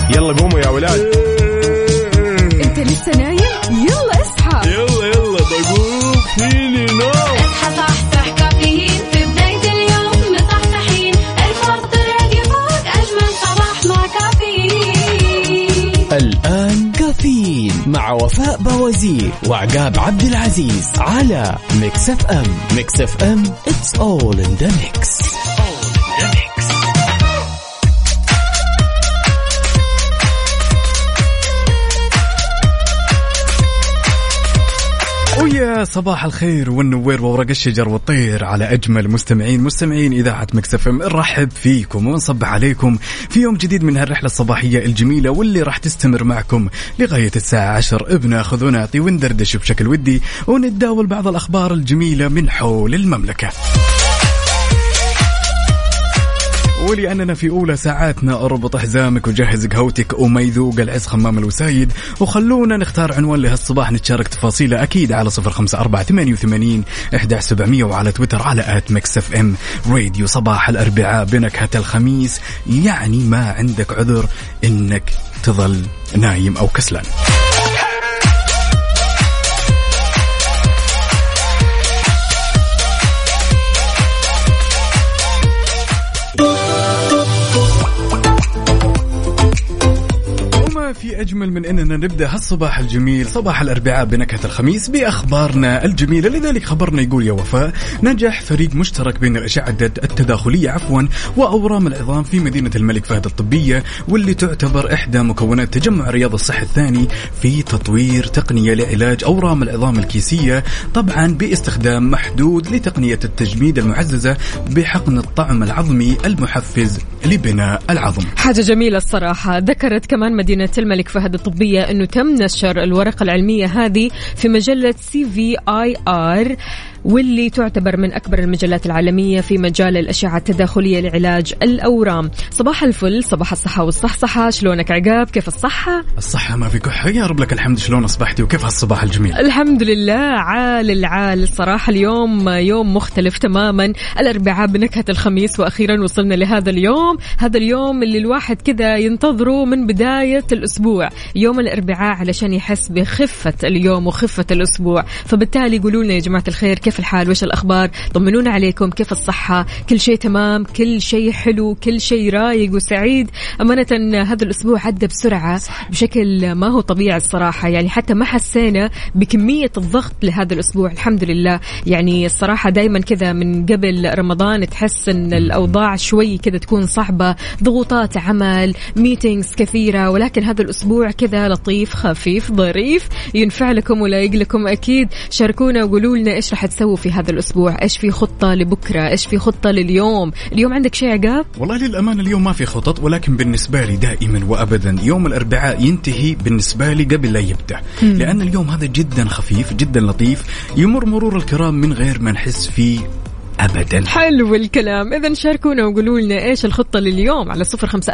يلا قوموا يا ولاد. انت لسه نايم؟ يلا اصحى. يلا بقوم فيني نوم. اصحى صحصح كافيين في بداية اليوم مصحصحين. الفرق راقي فوق أجمل صباح مع كافيين. الآن كافيين مع وفاء بوازير وعقاب عبد العزيز على ميكس اف ام. ميكس اف ام it's all in the mix. ويا صباح الخير والنوير وورق الشجر والطير على أجمل مستمعين إذاعة ميكس اف ام. نرحب فيكم ونصبح عليكم في يوم جديد من هالرحلة الصباحية الجميلة واللي راح تستمر معكم لغاية الساعة 10. بناخذ ونعطي وندردش بشكل ودي ونتداول بعض الأخبار الجميلة من حول المملكة. ولأننا في أولى ساعاتنا أربط حزامك وجهز قهوتك وما يذوق العز خمام الوسايد، وخلونا نختار عنوان لهالصباح نتشارك تفاصيله أكيد على 0548811700 وعلى تويتر على @mixfmradio. صباح الأربعاء بنكهة الخميس، يعني ما عندك عذر إنك تظل نايم أو كسلان. في أجمل من أننا نبدأ هالصباح الجميل صباح الأربعاء بنكهة الخميس بأخبارنا الجميلة. لذلك خبرنا يقول يا وفاء: نجح فريق مشترك بين الأشعة التداخلية وأورام العظام في مدينة الملك فهد الطبية، واللي تعتبر إحدى مكونات تجمع رياض الصحة الثاني، في تطوير تقنية لعلاج أورام العظام الكيسية، طبعا باستخدام محدود لتقنية التجميد المعززة بحقن الطعم العظمي المحفز لبناء العظم. حاجة جميلة الصراحة. ذكرت كمان مدينة الملك فهد الطبية أنه تم نشر الورقة العلمية هذه في مجلة CVIR، واللي تعتبر من أكبر المجلات العالمية في مجال الأشعة التداخلية لعلاج الأورام. صباح الفل، صباح الصحة والصحصحة. شلونك عقاب؟ كيف الصحة؟ الصحة ما في كحة يا رب لك الحمد. شلون أصبحتي وكيف هالصباح الجميل؟ الحمد لله عال الصراحة. اليوم يوم مختلف تماما. الأربعاء بنكهة الخميس، وأخيرا وصلنا لهذا اليوم. هذا اليوم اللي الواحد كذا ينتظره من بداية الأسبوع، يوم الأربعاء، علشان يحس بخفة اليوم وخفة الأسبوع. فبالتالي قولوا لنا يا جماعة الخير كيف الحال، وش الأخبار، طمنونا عليكم، كيف الصحة، كل شيء تمام، كل شيء حلو، كل شيء رايق وسعيد. أمانة هذا الأسبوع عدى بسرعة بشكل ما هو طبيعي الصراحة، يعني حتى ما حسينا بكمية الضغط لهذا الأسبوع الحمد لله. يعني الصراحة دايما كذا من قبل رمضان تحس أن الأوضاع شوي كذا تكون صعبة، ضغوطات عمل، ميتينغز كثيرة، ولكن هذا الأسبوع كذا لطيف خفيف ظريف، ينفع لكم ولا يقلكم أكيد. شاركونا وقولوا لنا إيش رح تسووا في هذا الأسبوع، إيش في خطة لبكرة، إيش في خطة لليوم. اليوم عندك شيء عقاب؟ والله للأمانة اليوم ما في خطط، ولكن بالنسبة لي دائما وأبدا يوم الأربعاء ينتهي بالنسبة لي قبل لا يبدأ، لأن اليوم هذا جدا خفيف جدا لطيف، يمر مرور الكرام من غير ما نحس فيه أبدا. حلو الكلام. إذن شاركونا وقولوا لنا إيش الخطة لليوم على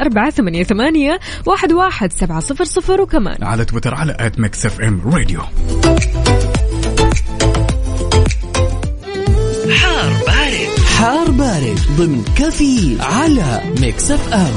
0548811700 وكمان على تويتر على @mixfmradio. حار بارد ضمن كافيين على ميكس اف ام.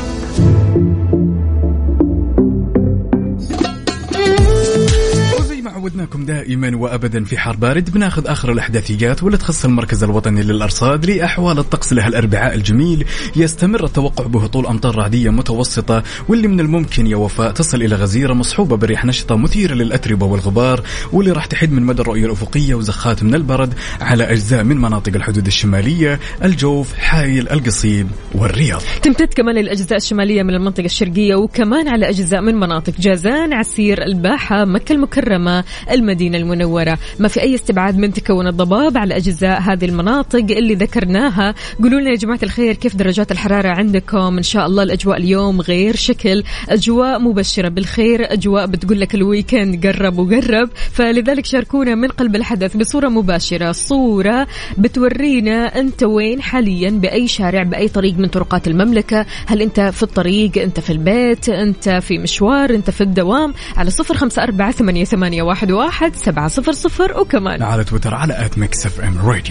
عودناكم دائما وأبدا في حار بارد بناخذ آخر الأحداثيات واللي تخص المركز الوطني للأرصاد لأحوال الطقس لها الأربعاء الجميل. يستمر التوقع بهطول أمطار رعدية متوسطة، واللي من الممكن يا وفاء تصل إلى غزيرة مصحوبة برياح نشطة مثيرة للأتربة والغبار، واللي راح تحد من مدى الرؤية الأفقية وزخات من البرد على أجزاء من مناطق الحدود الشمالية، الجوف، حائل، القصيم والرياض. تمتد كمان الأجزاء الشمالية من المنطقة الشرقية، وكمان على أجزاء من مناطق جازان، عسير، الباحة، مكة المكرمة، المدينة المنورة. ما في أي استبعاد من تكون الضباب على أجزاء هذه المناطق اللي ذكرناها. قولوا لنا يا جماعة الخير كيف درجات الحرارة عندكم. إن شاء الله الأجواء اليوم غير شكل، أجواء مبشرة بالخير، أجواء بتقول لك الويكند قرب وقرب. فلذلك شاركونا من قلب الحدث بصورة مباشرة، صورة بتورينا أنت وين حاليا، بأي شارع، بأي طريق من طرقات المملكة. هل أنت في الطريق، أنت في البيت، أنت في مشوار، أنت في الدوام، على 0548811700 وكمان على تويتر على @mixfmradio.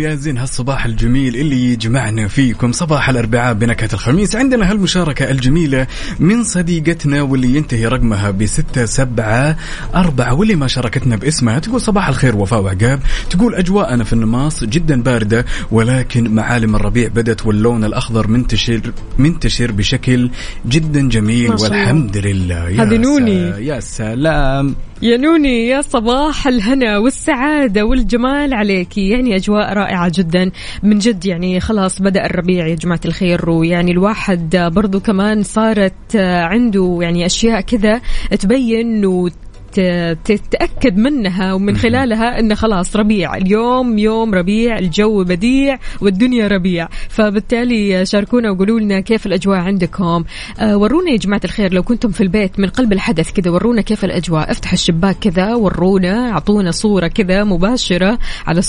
يا زين هالصباح الجميل اللي يجمعنا فيكم صباح الأربعاء بنكهة الخميس. عندنا هالمشاركة الجميلة من صديقتنا واللي ينتهي رقمها ب674 واللي ما شاركتنا باسمها. تقول صباح الخير وفاء وعقاب. تقول أجواءنا في النماص جدا باردة ولكن معالم الربيع بدت واللون الأخضر منتشر بشكل جدا جميل والحمد لله. هذه نوني. يا سلام يا نوني، يا صباح الهنا والسعادة والجمال عليكي. يعني أجواء رائعة جدا من جد. يعني خلاص بدأ الربيع يا جماعة الخير، ويعني الواحد برضو كمان صارت عنده يعني أشياء كذا تبين تتأكد منها ومن خلالها إنه خلاص ربيع. اليوم يوم ربيع، الجو بديع والدنيا ربيع. فبالتالي شاركونا وقولوا لنا كيف الأجواء عندكم. ورونا يا جماعة الخير لو كنتم في البيت من قلب الحدث كذا، ورونا كيف الأجواء. افتح الشباك كذا ورونا، أعطونا صورة كذا مباشرة على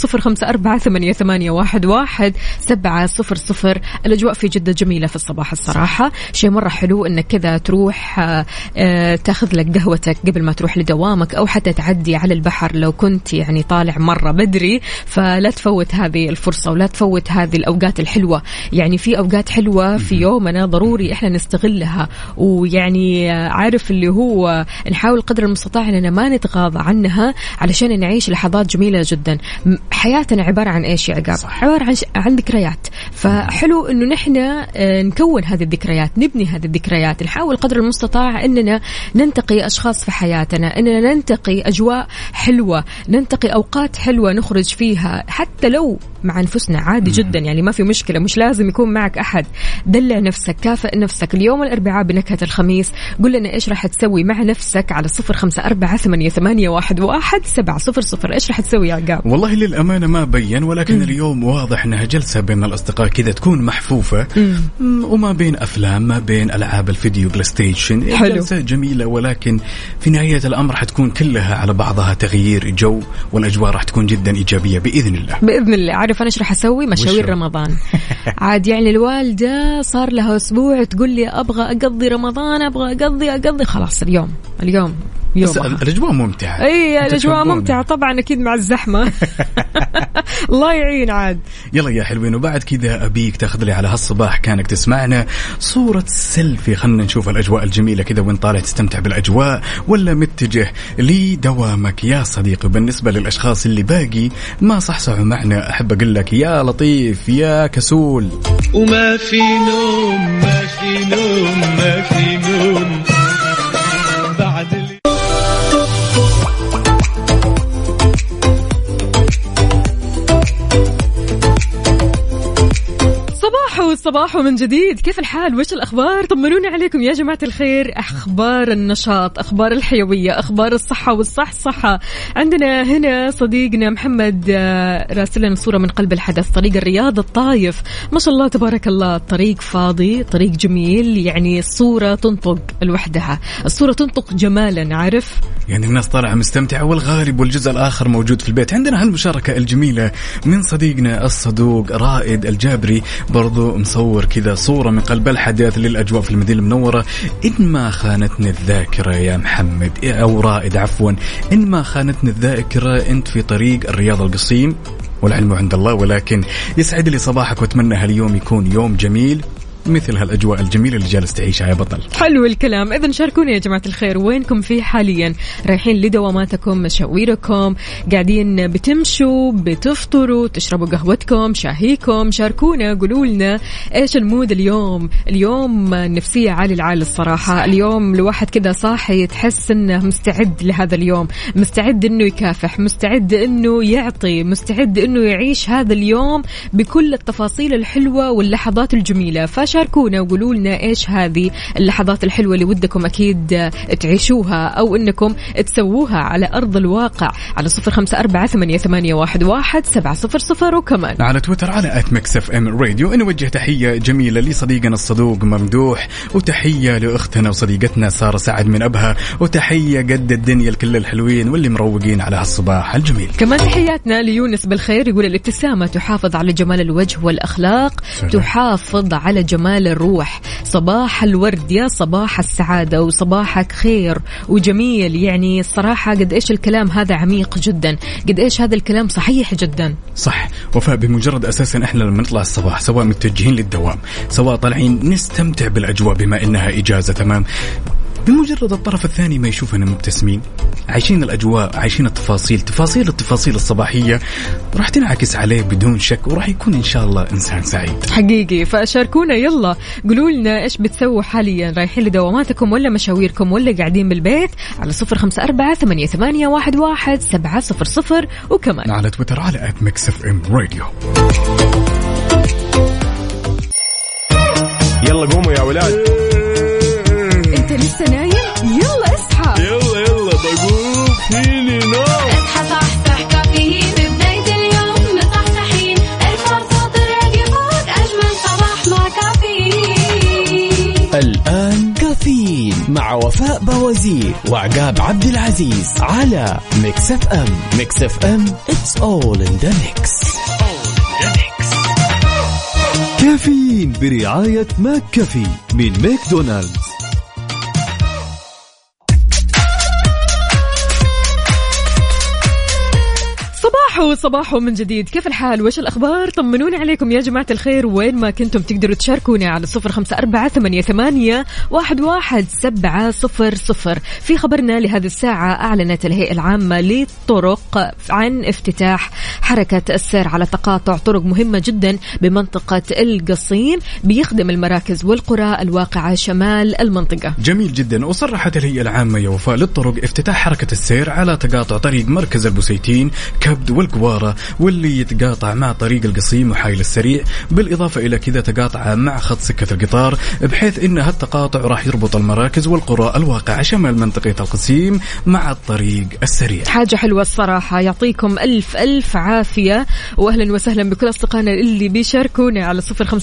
0548811700. الأجواء في جدة جميلة في الصباح الصراحة. شيء مرة حلو إنك كذا تروح تاخذ لك قهوتك قبل ما تروح دوامك أو حتى تعدي على البحر لو كنت يعني طالع مرة بدري. فلا تفوت هذه الفرصة ولا تفوت هذه الأوقات الحلوة. يعني في أوقات حلوة في يومنا ضروري إحنا نستغلها، ويعني عارف اللي هو نحاول قدر المستطاع أننا ما نتغاضى عنها علشان نعيش لحظات جميلة جدا. حياتنا عبارة عن إيش يا عقاب؟ عبارة عن ذكريات. فحلو أنه نحن نكون هذه الذكريات، نبني هذه الذكريات، نحاول قدر المستطاع أننا ننتقي أشخاص في حياتنا، أننا ننتقي أجواء حلوة، ننتقي أوقات حلوة نخرج فيها حتى لو مع أنفسنا عادي جدا. يعني ما في مشكلة، مش لازم يكون معك أحد. دلع نفسك، كافئ نفسك. اليوم الأربعاء بنكهة الخميس، قل لنا إيش راح تسوي مع نفسك على 0548811700. إيش راح تسوي يا عقاب؟ والله للأمانة ما بين، ولكن اليوم واضح أنها جلسة بين الأصدقاء كذا تكون محفوفة وما بين أفلام، ما بين ألعاب الفيديو بلاي ستيشن. جلسة جميلة، ولكن في نهاية الأمر حتكون كلها على بعضها تغيير جو، والأجواء راح تكون جدا إيجابية بإذن الله. بإذن الله. عارف أنا إيش راح أسوي؟ مشاوير رمضان. عاد يعني الوالدة صار لها أسبوع تقول لي أبغى أقضي رمضان، أبغى أقضي. خلاص اليوم بس الأجواء ممتعة. أي الأجواء ممتعة طبعا، أكيد مع الزحمة. الله يعين. عاد يلا يا حلوين، وبعد كذا أبيك تاخذ لي على هالصباح كانك تسمعنا صورة سيلفي. خلنا نشوف الأجواء الجميلة كذا وين طالع تستمتع بالأجواء ولا متجه لدوامك يا صديقي. بالنسبة للأشخاص اللي باقي ما صحصحوا معنا، أحب أقول لك يا لطيف يا كسول. وما في نوم ما في نوم ما في نوم بعد صباح من جديد. كيف الحال؟ وش الأخبار؟ طمنونا عليكم يا جماعة الخير. أخبار النشاط، أخبار الحيوية، أخبار الصحة والصحة. عندنا هنا صديقنا محمد راسلنا صورة من قلب الحدث، طريق الرياض الطايف. ما شاء الله تبارك الله، الطريق فاضي، طريق جميل. يعني الصورة تنطق لوحدها، الصورة تنطق جمالا. عارف يعني الناس طالعة مستمتعة والغالب والجزء الآخر موجود في البيت. عندنا هالمشاركة الجميلة من صديقنا الصدوق رائد الجابري، برضو مصور كذا صورة من قلب الحدث للأجواء في المدينة المنورة. إن ما خانتني الذاكرة يا محمد أو رائد عفوا، إن ما خانتني الذاكرة أنت في طريق الرياض القصيم والعلم عند الله. ولكن يسعد لي صباحك واتمنى هاليوم يكون يوم جميل مثل هالأجواء الجميلة اللي جالس تعيشها يا بطل. حلو الكلام. إذن شاركوني يا جماعة الخير، وينكم فيه حاليا؟ رايحين لدواماتكم، مشاويركم، قاعدين بتمشوا، بتفطروا، تشربوا قهوتكم، شاهيكم؟ شاركونا، قولوا لنا إيش المود اليوم. اليوم النفسية عالي العال الصراحة. اليوم الواحد كذا صاحي تحس إنه مستعد لهذا اليوم، مستعد إنه يكافح، مستعد إنه يعطي، مستعد إنه يعيش هذا اليوم بكل التفاصيل الحلوة واللحظات الجميلة. شاركونا وقولوا لنا إيش هذه اللحظات الحلوة اللي ودكم أكيد تعيشوها أو إنكم تسووها على أرض الواقع على 0548811700. وكمان على تويتر على @mixfmradio. نوجه تحية جميلة لصديقنا الصدوق ممدوح، وتحية لأختنا وصديقتنا سارة سعد من أبها، وتحية قد الدنيا لكل الحلوين واللي مروقين على هالصباح الجميل. كمان تحياتنا ليونس بالخير، يقول الابتسامة تحافظ على جمال الوجه والأخلاق، تحافظ على جمال جمال الروح، صباح الورد، يا صباح السعادة وصباحك خير وجميل. يعني الصراحة قد إيش الكلام هذا عميق جدا، قد إيش هذا الكلام صحيح جدا. صح وفاء، بمجرد أساسا إحنا لما نطلع الصباح سواء متجهين للدوام سواء طالعين نستمتع بالأجواء بما إنها إجازة، تمام، بمجرد الطرف الثاني ما يشوفنا مبتسمين عايشين الأجواء عايشين التفاصيل الصباحية راح تنعكس عليه بدون شك وراح يكون إن شاء الله إنسان سعيد حقيقي. فشاركونا يلا، قولوا لنا إيش بتسووا حاليا، رايحين لدواماتكم ولا مشاويركم ولا قاعدين بالبيت، على 0548811700 وكمان على تويتر على @mixfmradio. يلا قوموا يا ولاد. انت لسه نايم؟ يلا اصحى. يلا بقوم فيني نوم. اصحى صحصح كافيين في بداية اليوم مصحصحين، ارفع صوت الراديو فوق أجمل صباح مع كافيين. الآن كافيين مع وفاء بوازير وعقاب عبد العزيز على ميكس اف ام. ميكس اف ام it's all in the mix. كافيين برعاية ماك كافي من ماكدونالدز. صباحو من جديد، كيف الحال وش الأخبار؟ طمنوني عليكم يا جماعة الخير، وين ما كنتم تقدروا تشاركوني على 0548811700. في خبرنا لهذه الساعة، أعلنت الهيئة العامة للطرق عن افتتاح حركة السير على تقاطع طرق مهمة جدا بمنطقة القصيم بيخدم المراكز والقرى الواقعة شمال المنطقة. جميل جدا. وصرحت الهيئة العامة يا وفاء للطرق افتتاح حركة السير على تقاطع طريق مركز البسيتين كبد والقوارة، واللي يتقاطع مع طريق القصيم وحايل السريع، بالإضافة إلى كذا تقاطع مع خط سكة القطار، بحيث إن هالتقاطع راح يربط المراكز والقرى الواقعة شمال منطقة القصيم مع الطريق السريع. حاجة حلوة الصراحة، يعطيكم ألف عافية، وأهلا وسهلا بكل أصدقائنا اللي بيشاركونا على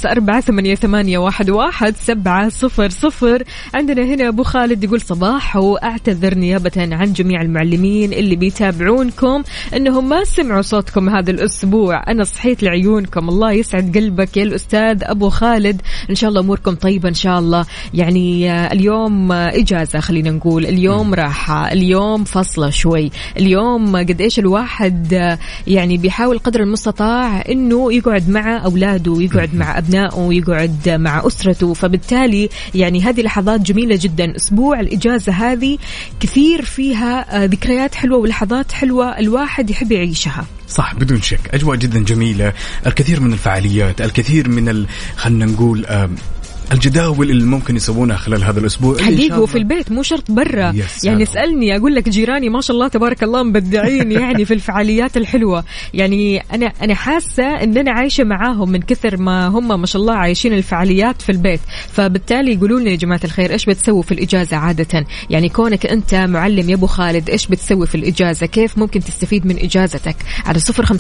0548811700. عندنا هنا أبو خالد يقول صباح، وأعتذر نيابة عن جميع المعلمين اللي بيتابعونكم إنهم ما سمعوا صوتكم هذا الأسبوع، أنا صحيت لعيونكم. الله يسعد قلبك يا الأستاذ أبو خالد، إن شاء الله أموركم طيبة إن شاء الله. يعني اليوم إجازة، خلينا نقول اليوم راحة، اليوم فصلة شوي، اليوم قد إيش الواحد يعني بيحاول قدر المستطاع إنه يقعد مع أولاده، يقعد مع أبنائه، يقعد مع أسرته، فبالتالي يعني هذه لحظات جميلة جدا. أسبوع الإجازة هذه كثير فيها ذكريات حلوة ولحظات حلوة الواحد يحب يعيشها. صح بدون شك، أجواء جدا جميلة، الكثير من الفعاليات، الكثير من خلنا نقول الجداول اللي ممكن يسوونها خلال هذا الأسبوع حقيقي، وفي البيت مو شرط برا. يعني اسألني أقول لك جيراني ما شاء الله تبارك الله مبدعين يعني في الفعاليات الحلوة. يعني أنا حاسة إن أنا عايشة معاهم من كثر ما هم ما شاء الله عايشين الفعاليات في البيت. فبالتالي يقولوا لنا يا جماعة الخير إيش بتسوي في الإجازة عادة؟ يعني كونك أنت معلم يا أبو خالد، إيش بتسوي في الإجازة؟ كيف ممكن تستفيد من إجازتك؟ على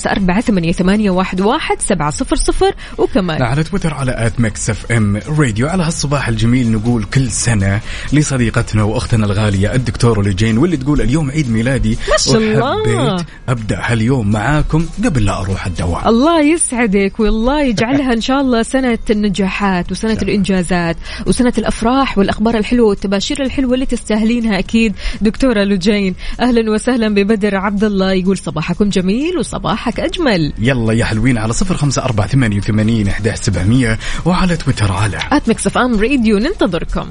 0548811700 وكمان على تويتر على @mixfmradio. على هالصباح الجميل نقول كل سنة لصديقتنا وأختنا الغالية الدكتورة لجين، واللي تقول اليوم عيد ميلادي ما شاء الله، وحبيت أبدأ هاليوم معاكم قبل لا أروح الدوام. الله يسعدك والله يجعلها إن شاء الله سنة النجاحات وسنة الإنجازات وسنة الأفراح والأخبار الحلوة والتباشير الحلوة اللي تستاهلينها أكيد دكتورة لجين. أهلا وسهلا ببدر عبد الله، يقول صباحكم جميل وصباحك أجمل. يلا يا حلوين على 0548811700 وعلى تويتر على ميكس اف ام راديو، ننتظركم.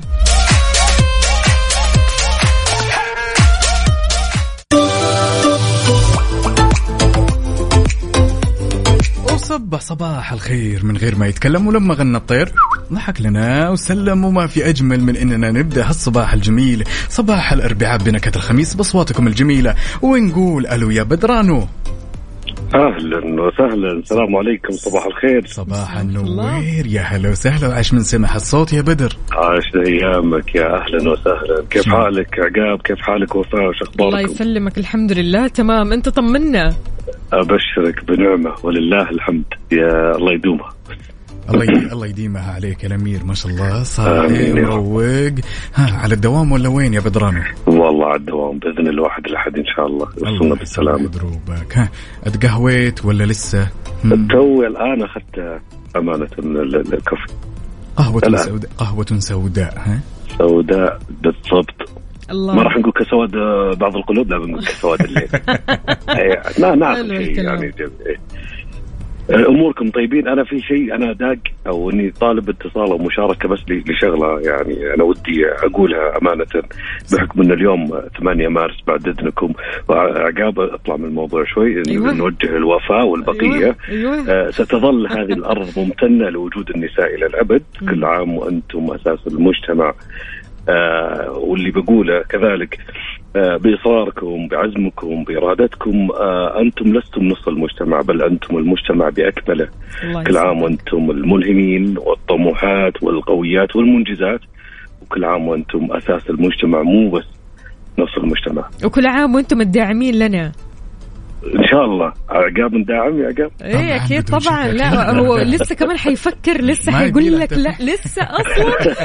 وصبح صباح الخير من غير ما يتكلم، ولما غنى الطير ضحك لنا وسلم، وما في أجمل من إننا نبدأ هالصباح الجميل صباح الأربعاء بنكهة الخميس بأصواتكم الجميلة، ونقول ألو يا بدرانو. أهلا وسهلا، السلام عليكم، صباح الخير. صباح النوير، يا هلا وسهلا، وعاش من سمح الصوت يا بدر. عاش أيامك يا أهلا وسهلا. كيف حالك عقاب؟ كيف حالك وفاء؟ وش أخباركم؟ الله يسلمك، الحمد لله تمام. أنت طمنا. أبشرك بنعمة ولله الحمد، يا الله يدومها. الله يديمها عليك يا الأمير، ما شاء الله صاحي وروق. على الدوام ولا وين يا بدرانو؟ والله على الدوام بإذن الواحد لحد إن شاء الله يوصلنا بالسلامة. دروبك. اتقهويت ولا لسه؟ توي الآن أخذت أمانة من الكافي. قهوة سوداء. ها سوداء بالضبط. الله. ما راح نقول كسواد بعض القلوب، لا بنقول كسواد الليل. لا نعرف شيء يعني اموركم طيبين. انا في شيء انا داق او اني طالب اتصال او مشاركه بس لشغله يعني انا ودي اقولها امانه بحكم ان اليوم 8 مارس بعد اذنكم وعقاب اطلع من الموضوع شوي. أيوة. نوجه الوفاء والبقيه. أيوة. ستظل هذه الارض ممتنه لوجود النساء الى الابد. كل عام وانتم اساس المجتمع. واللي بقوله كذلك بإصراركم بعزمكم بإرادتكم أنتم لستم نصف المجتمع بل أنتم المجتمع بأكمله. كل عام وأنتم الملهمين والطموحات والقويات والمنجزات، وكل عام وأنتم أساس المجتمع مو بس نصف المجتمع. وكل عام وأنتم الداعمين لنا إن شاء الله. عقاب ندعم يا عقاب. إيه أكيد طبعا. لا هو لسه كمان حيفكر، لسه حيقول لك لا لسه أصلا.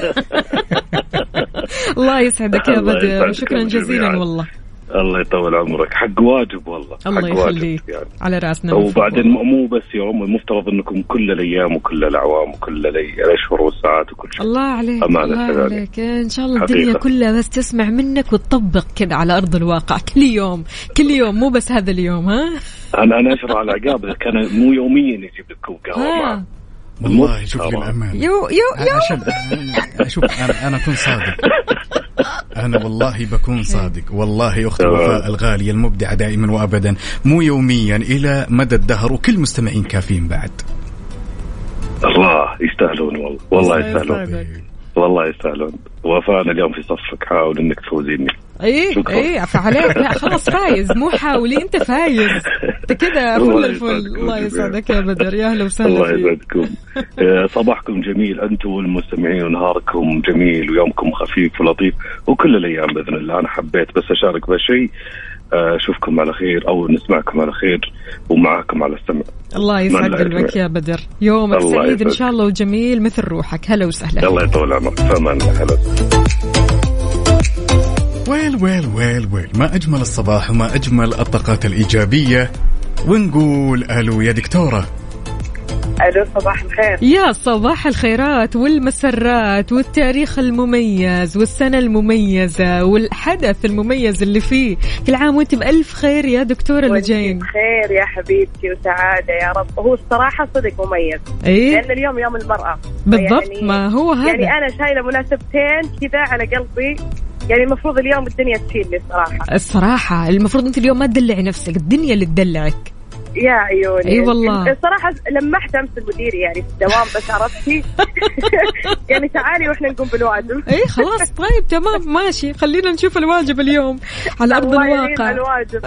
الله يسعدك يا بدر، شكرا جزيلا والله. الله يطول عمرك، حق واجب والله. الله يخليك يعني. على رأسنا. وبعدين مو بس يوم، المفترض انكم كل الايام وكل الاعوام وكل الاشهر والساعات وكل شيء. الله عليك الله عليك. ان شاء الله الدنيا كلها بس تسمع منك وتطبق كذا على ارض الواقع كل يوم مو بس هذا اليوم. ها انا اشرح على عقاب كان مو يوميا يجيب لكم قهوه معه. والله شوف لي الأمان عشان أشوف أنا أكون صادق. أنا والله بكون صادق والله. أختي وفاء الغالية المبدعة دائما وأبدا، مو يوميا إلى مدى الدهر، وكل مستمعين كافيين بعد. الله يستاهلون والله يستاهلون والله يستاهلون. وفاء اليوم في صفك، حاول إنك تفوزيني. ايه عفا عليك. لا خلاص فايز، مو حاولي انت فايز. انت كده فل الفل. الله يسعدك يا بدر، يا اهلا وسهلا. الله يسعدكم. صباحكم جميل انتم والمستمعين، ونهاركم جميل ويومكم خفيف ولطيف وكل الايام باذن الله. انا حبيت بس اشارك بشيء. اشوفكم على خير او نسمعكم على خير ومعاكم على السمع. الله يسعد قلبك يا بدر، يومك سعيد ان شاء الله وجميل مثل روحك. هلا وسهلا. الله يطول عمرك. فمان. هلا. ويل ما أجمل الصباح وما أجمل الطاقات الإيجابية. ونقول ألو يا دكتورة. ألو صباح الخير. يا صباح الخيرات والمسرات والتاريخ المميز والسنة المميزة والحدث المميز اللي فيه. كل عام وانت بألف خير يا دكتورة اللي جايين. خير يا حبيبتي وسعادة يا رب. هو الصراحة صدق مميز. لأن اليوم يوم المرأة بالضبط. يعني ما هو هذا. يعني أنا شايلة مناسبتين كذا على قلبي. يعني المفروض اليوم الدنيا تشيل لي الصراحة المفروض أنت اليوم ما تدلعي نفسك، الدنيا اللي تدلعك. يا عيوني. أي والله. الصراحة لمحت أمس المدير يعني في الدوام بس عرفتي. يعني تعالي وإحنا نقوم بالواجب. إيه خلاص طيب تمام ماشي، خلينا نشوف الواجب اليوم على أرض الواقع. الواجب.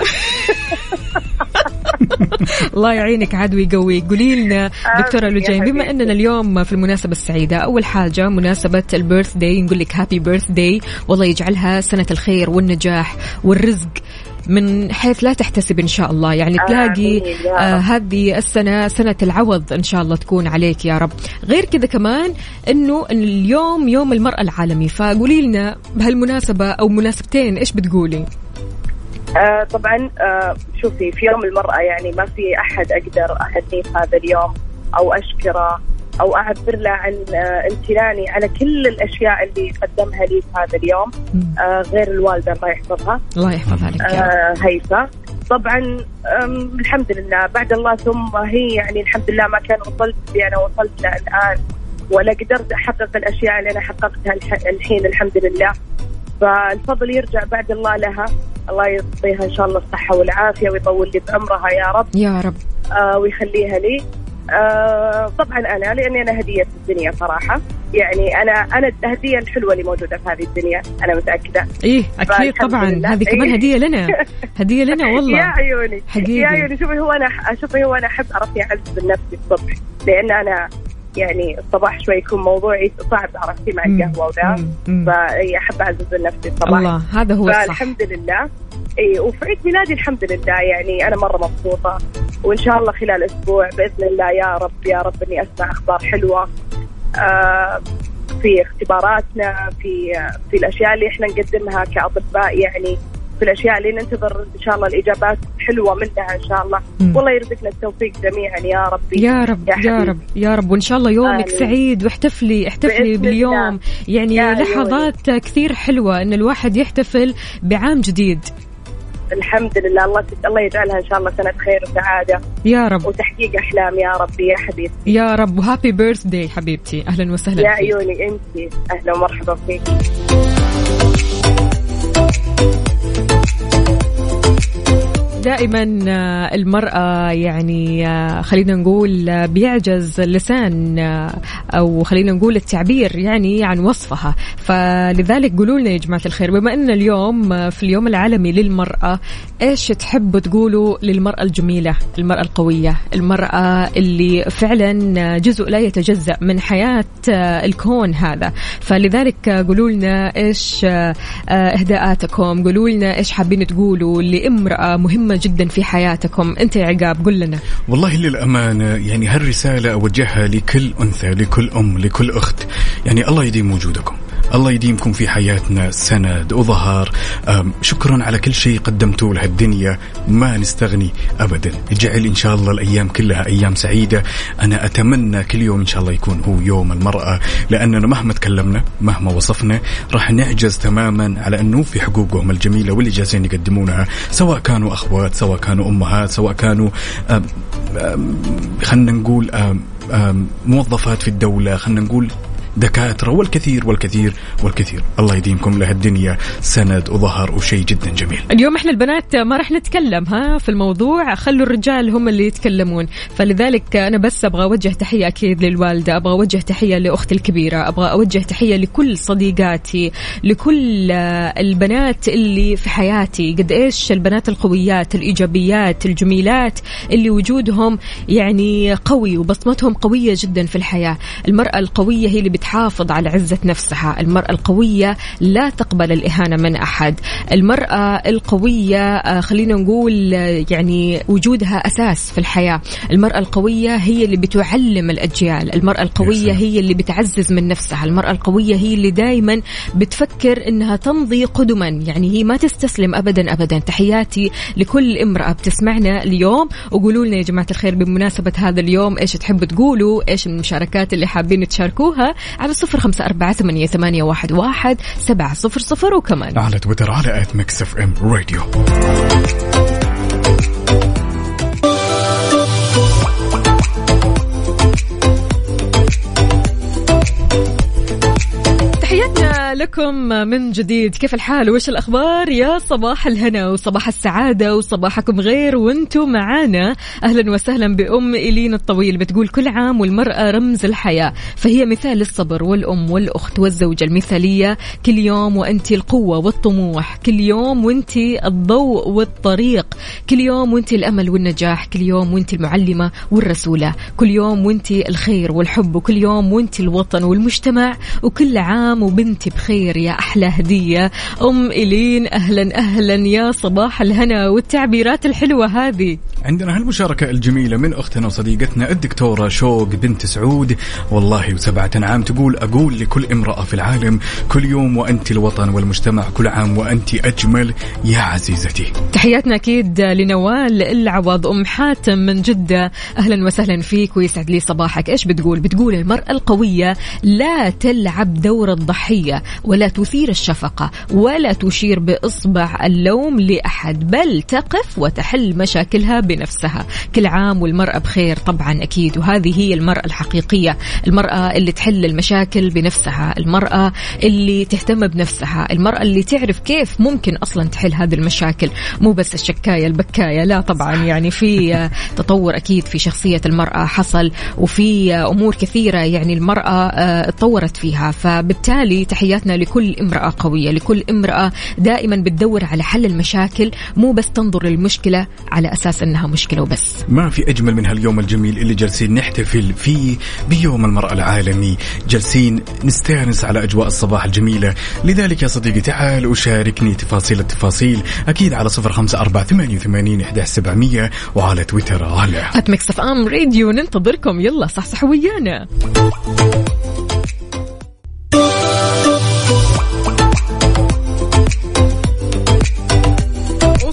الله يعينك عاد ويقويك. قولي لنا دكتورة لوجين، بما أننا اليوم في المناسبة السعيدة، أول حاجة مناسبة البيرث داي، نقول لك هابي بيرث داي، والله يجعلها سنة الخير والنجاح والرزق من حيث لا تحتسب إن شاء الله. يعني تلاقي هذه السنة سنة العوض إن شاء الله تكون عليك يا رب. غير كذا كمان إنه اليوم يوم المرأة العالمي، فقولي لنا بهالمناسبة أو مناسبتين إيش بتقولي؟ طبعا شوفي في يوم المرأة يعني ما في أحد أقدر أهنيه في هذا اليوم أو أشكره أو أعبر له عن امتناني على كل الأشياء اللي قدمها لي في هذا اليوم. غير الوالدة الله يحفظها. الله يحفظها لك هيفا. طبعا الحمد لله بعد الله ثم هي، يعني الحمد لله ما كان وصلت اللي أنا وصلت له الآن، ولا قدرت أحقق الأشياء اللي أنا حققتها الحين الحمد لله. فالفضل يرجع بعد الله لها. الله يعطيها إن شاء الله الصحة والعافية ويطول لي بعمرها يا رب يا رب. ويخليها لي. طبعا أنا لأني أنا هدية الدنيا صراحة. يعني أنا الهدية الحلوة اللي موجودة في هذه الدنيا أنا متأكدة. إيه أكيد طبعا هذه كمان هدية لنا. هدية لنا والله. يا عيوني حقيقي. يا عيوني. شوفي هو أنا أحب أرفع عز بنفسي الصبح، لأن أنا يعني الصباح شوي يكون موضوعي صعب عرفتي مع القهوة وذا، فأحب أعزز نفسي الصباح. الله هذا هو الصح. فالحمد لله. إيه وفي عيد ميلادي الحمد لله يعني أنا مرة مبسوطة، وإن شاء الله خلال أسبوع بإذن الله يا رب يا رب إني أسمع أخبار حلوة في اختباراتنا في الأشياء اللي إحنا نقدمها كأطباء، يعني في الأشياء اللي ننتظر إن شاء الله الإجابات حلوة منها إن شاء الله. والله يرزقنا التوفيق جميعا يا ربي. يا رب يا رب يا رب، وإن شاء الله يومك سعيد، واحتفلي باليوم. يعني لحظات كثير حلوة إن الواحد يحتفل بعام جديد. الحمد لله، الله يجعلها إن شاء الله سنة خير وسعادة يا رب، وتحقيق أحلام يا ربي يا حبيبتي يا رب. وهابي بيرثداي حبيبتي، أهلا وسهلا يا عيوني أنتي، أهلا ومرحبا فيك. دائما المرأة يعني خلينا نقول بيعجز اللسان أو خلينا نقول التعبير يعني عن وصفها، فلذلك قولوا لنا يا جماعة الخير، بما أن اليوم في اليوم العالمي للمرأة، إيش تحبوا تقولوا للمرأة الجميلة، المرأة القوية، المرأة اللي فعلا جزء لا يتجزأ من حياة الكون هذا؟ فلذلك قولوا لنا إيش إهداءاتكم، قولوا لنا إيش حابين تقولوا لامرأة مهمة جدا في حياتكم. انت يا عقاب قل لنا. والله للأمانة يعني هالرسالة أوجهها لكل أنثى، لكل أم، لكل أخت. يعني الله يديم وجودكم، الله يديمكم في حياتنا سند وظهر. شكرا على كل شيء قدمتوه لهالدنيا، ما نستغني أبدا. اجعل إن شاء الله الأيام كلها أيام سعيدة. أنا أتمنى كل يوم إن شاء الله يكون هو يوم المرأة، لأننا مهما تكلمنا مهما وصفنا راح نعجز تماما على أنه في حقوقهم الجميلة واللي جالسين يقدمونها، سواء كانوا أخوات، سواء كانوا أمهات، سواء كانوا خلنا نقول موظفات في الدولة، خلنا نقول دكاترة، والكثير والكثير والكثير. الله يديمكم لهالدنيا سند وظهر وشيء جدا جميل. اليوم احنا البنات ما رح نتكلم في الموضوع، خلوا الرجال هم اللي يتكلمون. فلذلك انا بس ابغى اوجه تحية اكيد للوالدة، ابغى اوجه تحية لاختي الكبيرة، ابغى اوجه تحية لكل صديقاتي، لكل البنات اللي في حياتي. قد ايش البنات القويات الايجابيات الجميلات اللي وجودهم يعني قوي وبصمتهم قوية جدا في الحياة. المرأة القوية هي اللي تحافظ على عزة نفسها، المرأة القوية لا تقبل الإهانة من أحد، المرأة القوية خلينا نقول يعني وجودها أساس في الحياة، المرأة القوية هي اللي بتعلم الأجيال، المرأة القوية هي اللي بتعزز من نفسها، المرأة القوية هي اللي دايما بتفكر إنها تمضي قدما، يعني هي ما تستسلم أبدا أبدا. تحياتي لكل امرأة بتسمعنا اليوم، وقولوا لنا يا جماعة الخير بمناسبة هذا اليوم إيش تحبوا تقولوا، إيش المشاركات اللي حابين تشاركوها على 0548811700 وكمان على تويتر على @mixfmradio. تحياتنا لكم من جديد. كيف الحال وإيش الأخبار؟ يا صباح الهنا وصباح السعادة وصباحكم غير وانتم معانا. أهلا وسهلا بأم إلين الطويل، بتقول كل عام والمرأة رمز الحياة، فهي مثال الصبر والأم والأخت والزوجة المثالية. كل يوم وأنت القوة والطموح، كل يوم وأنت الضوء والطريق، كل يوم وأنت الأمل والنجاح، كل يوم وأنت المعلمة والرسولة، كل يوم وأنت الخير والحب، وكل يوم وأنت الوطن والمجتمع، وكل عام وبنتي بخير يا أحلى هدية. أم إلين أهلا أهلا، يا صباح الهنا والتعبيرات الحلوة هذه. عندنا هالمشاركة الجميلة من أختنا وصديقتنا الدكتورة شوق بنت سعود، والله وسبعة عام، تقول أقول لكل امرأة في العالم كل يوم وأنت الوطن والمجتمع، كل عام وأنت أجمل يا عزيزتي. تحياتنا أكيد لنوال العوض أم حاتم من جدة، أهلا وسهلا فيك ويسعد لي صباحك. إيش بتقول المرأة القوية لا تلعب دور الضحية ولا تثير الشفقة ولا تشير بإصبع اللوم لأحد، بل تقف وتحل مشاكلها بنفسها. كل عام والمرأة بخير طبعا أكيد، وهذه هي المرأة الحقيقية، المرأة اللي تحل المشاكل بنفسها، المرأة اللي تهتم بنفسها، المرأة اللي تعرف كيف ممكن أصلا تحل هذه المشاكل، مو بس الشكاية البكاية، لا طبعا. يعني في تطور أكيد في شخصية المرأة حصل، وفي أمور كثيرة يعني المرأة اتطورت فيها. فبالتالي تحياتنا لكل امرأة قوية، لكل امرأة دائما بتدور على حل المشاكل، مو بس تنظر للمشكلة على أساس أنها مشكلة وبس. ما في أجمل من هاليوم الجميل اللي جالسين نحتفل فيه بيوم المرأة العالمي، جالسين نستانس على أجواء الصباح الجميلة. لذلك يا صديقي تعال وشاركني تفاصيل التفاصيل أكيد على 0548811700 وعلى تويتر على @mixfmradio. ننتظركم، يلا صحصحوا ويانا.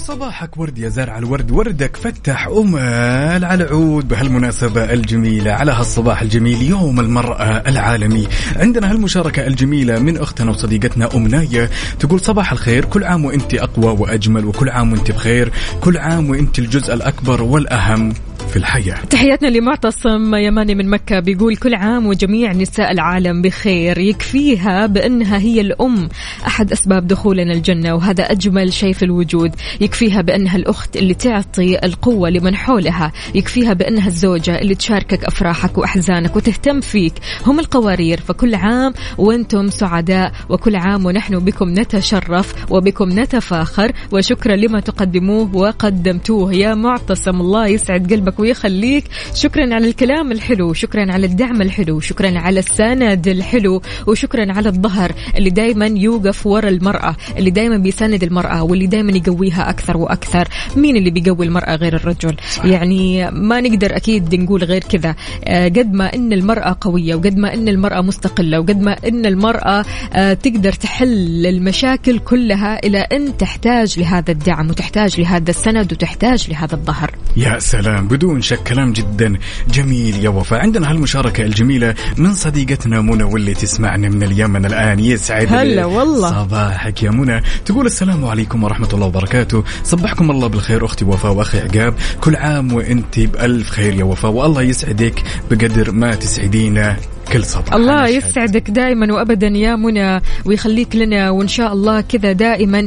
صباحك ورد يا زارع الورد، وردك فتح أمال على عود. بهالمناسبة الجميلة على هالصباح الجميل يوم المرأة العالمي، عندنا هالمشاركة الجميلة من أختنا وصديقتنا أمنية، تقول صباح الخير، كل عام وانت أقوى وأجمل، وكل عام وانت بخير، كل عام وانت الجزء الأكبر والأهم في الحياة. تحياتنا لمعتصم يماني من مكة، بيقول كل عام وجميع نساء العالم بخير، يكفيها بأنها هي الأم أحد أسباب دخولنا الجنة، وهذا أجمل شيء في الوجود. يكفيها بأنها الأخت اللي تعطي القوة لمن حولها، يكفيها بأنها الزوجة اللي تشاركك أفراحك وأحزانك وتهتم فيك، هم القوارير. فكل عام وأنتم سعداء، وكل عام ونحن بكم نتشرف وبكم نتفاخر، وشكرا لما تقدموه وقدمتوه يا معتصم، الله يسعد قلبك ويخليك. شكرا على الكلام الحلو، شكرا على الدعم الحلو، شكرا على السند الحلو، وشكرا على الظهر اللي دايما يوقف ورا المرأة، اللي دايما بيساند المرأة، واللي دايما يقويها أكثر وأكثر. مين اللي بيقوي المرأة غير الرجل؟ يعني ما نقدر أكيد نقول غير كذا. قد ما إن المرأة قوية، وقد ما إن المرأة مستقلة، وقد ما إن المرأة تقدر تحل المشاكل كلها، إلى أن تحتاج لهذا الدعم، وتحتاج لهذا السند، وتحتاج لهذا الظهر. يا سلام، بدون شك كلام جدا جميل يا وفاء. عندنا هالمشاركة الجميلة من صديقتنا منى، واللي تسمعنا من اليمن الآن. يسعد هلا والله صباحك يا منى. تقول السلام عليكم ورحمة الله وبركاته، صبحكم الله بالخير أختي وفاء وأخي عقاب، كل عام وأنت بألف خير يا وفاء، والله يسعدك بقدر ما تسعدينا كل صباح. الله يسعدك دائما وأبدا يا منى، ويخليك لنا، وإن شاء الله كذا دائما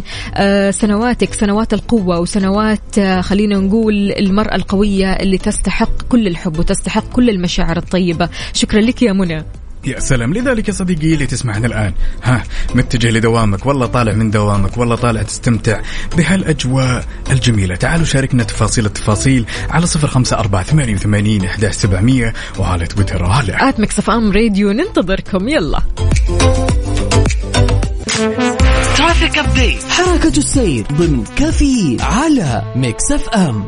سنواتك سنوات القوة، وسنوات خلينا نقول المرأة القوية اللي تستحق كل الحب وتستحق كل المشاعر الطيبة. شكرا لك يا منى. يا سلام. لذلك يا صديقي اللي تسمعنا الآن، متجه لدوامك، والله طالع من دوامك، والله طالع تستمتع بهالأجواء الجميلة، تعالوا شاركنا التفاصيل على 0548811700 وعلى تويتر على @مكسفام راديو. ننتظركم. يلا ترافيك أبديت، حركة السير ضمن كافيين على ميكس اف ام.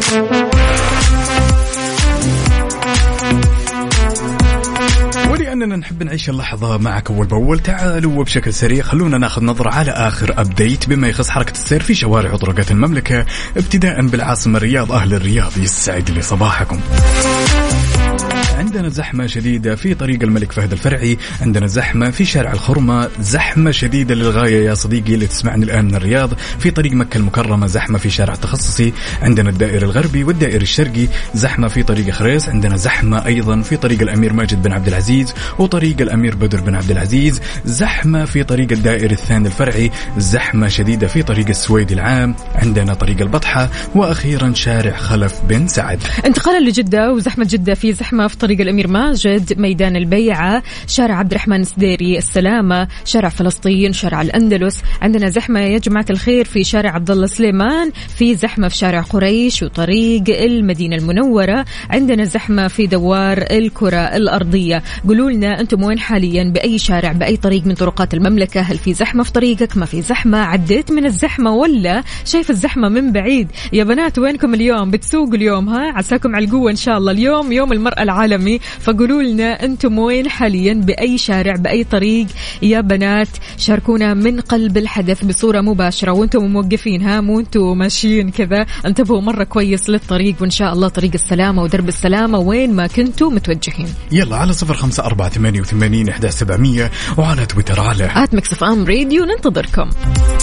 ولأننا نحب نعيش اللحظة معك أول بأول، تعالوا وبشكل سريع خلونا ناخذ نظرة على آخر أبديت بما يخص حركة السير في شوارع وطرقات المملكة، ابتداء بالعاصمة الرياض. أهل الرياض يسعد لي صباحكم. عندنا زحمة شديدة في طريق الملك فهد الفرعي، عندنا زحمة في شارع الخرمة، زحمة شديدة للغاية يا صديقي اللي تسمعني الآن من الرياض، في طريق مكة المكرمة زحمة في شارع التخصصي، عندنا الدائري الغربي والدائري الشرقي زحمة في طريق خريص، عندنا زحمة أيضا في طريق الأمير ماجد بن عبد العزيز وطريق الأمير بدر بن عبد العزيز، زحمة في طريق الدائري الثاني الفرعي، زحمة شديدة في طريق السويدي العام، عندنا طريق البطحة، وأخيرا شارع خلف بن سعد. انتقالا لجدة وزحمة جدة، في زحمة في طريق الأمير ماجد، ميدان البيعة، شارع عبد الرحمن السديري، السلامة، شارع فلسطين، شارع الأندلس. عندنا زحمة يا جماعة الخير في شارع عبد الله سليمان، في زحمة في شارع قريش وطريق المدينة المنورة، عندنا زحمة في دوار الكرة الأرضية. قولوا لنا أنتم وين حاليا، بأي شارع، بأي طريق من طرقات المملكة؟ هل في زحمة في طريقك؟ ما في زحمة؟ عديت من الزحمة ولا شايف الزحمة من بعيد؟ يا بنات وينكم اليوم؟ بتسوقوا اليوم؟ عساكم على القوة إن شاء الله. اليوم يوم المرأة العالمي، فقولوا لنا أنتم وين حاليا، بأي شارع، بأي طريق يا بنات. شاركونا من قلب الحدث بصورة مباشرة، وانتم موقفين، مو انتم ماشيين كذا، انتبهوا مرة كويس للطريق، وإن شاء الله طريق السلامة ودرب السلامة وين ما كنتوا متوجهين. يلا على 0548811700 وعلى تويتر على @مكسفام راديو. ننتظركم.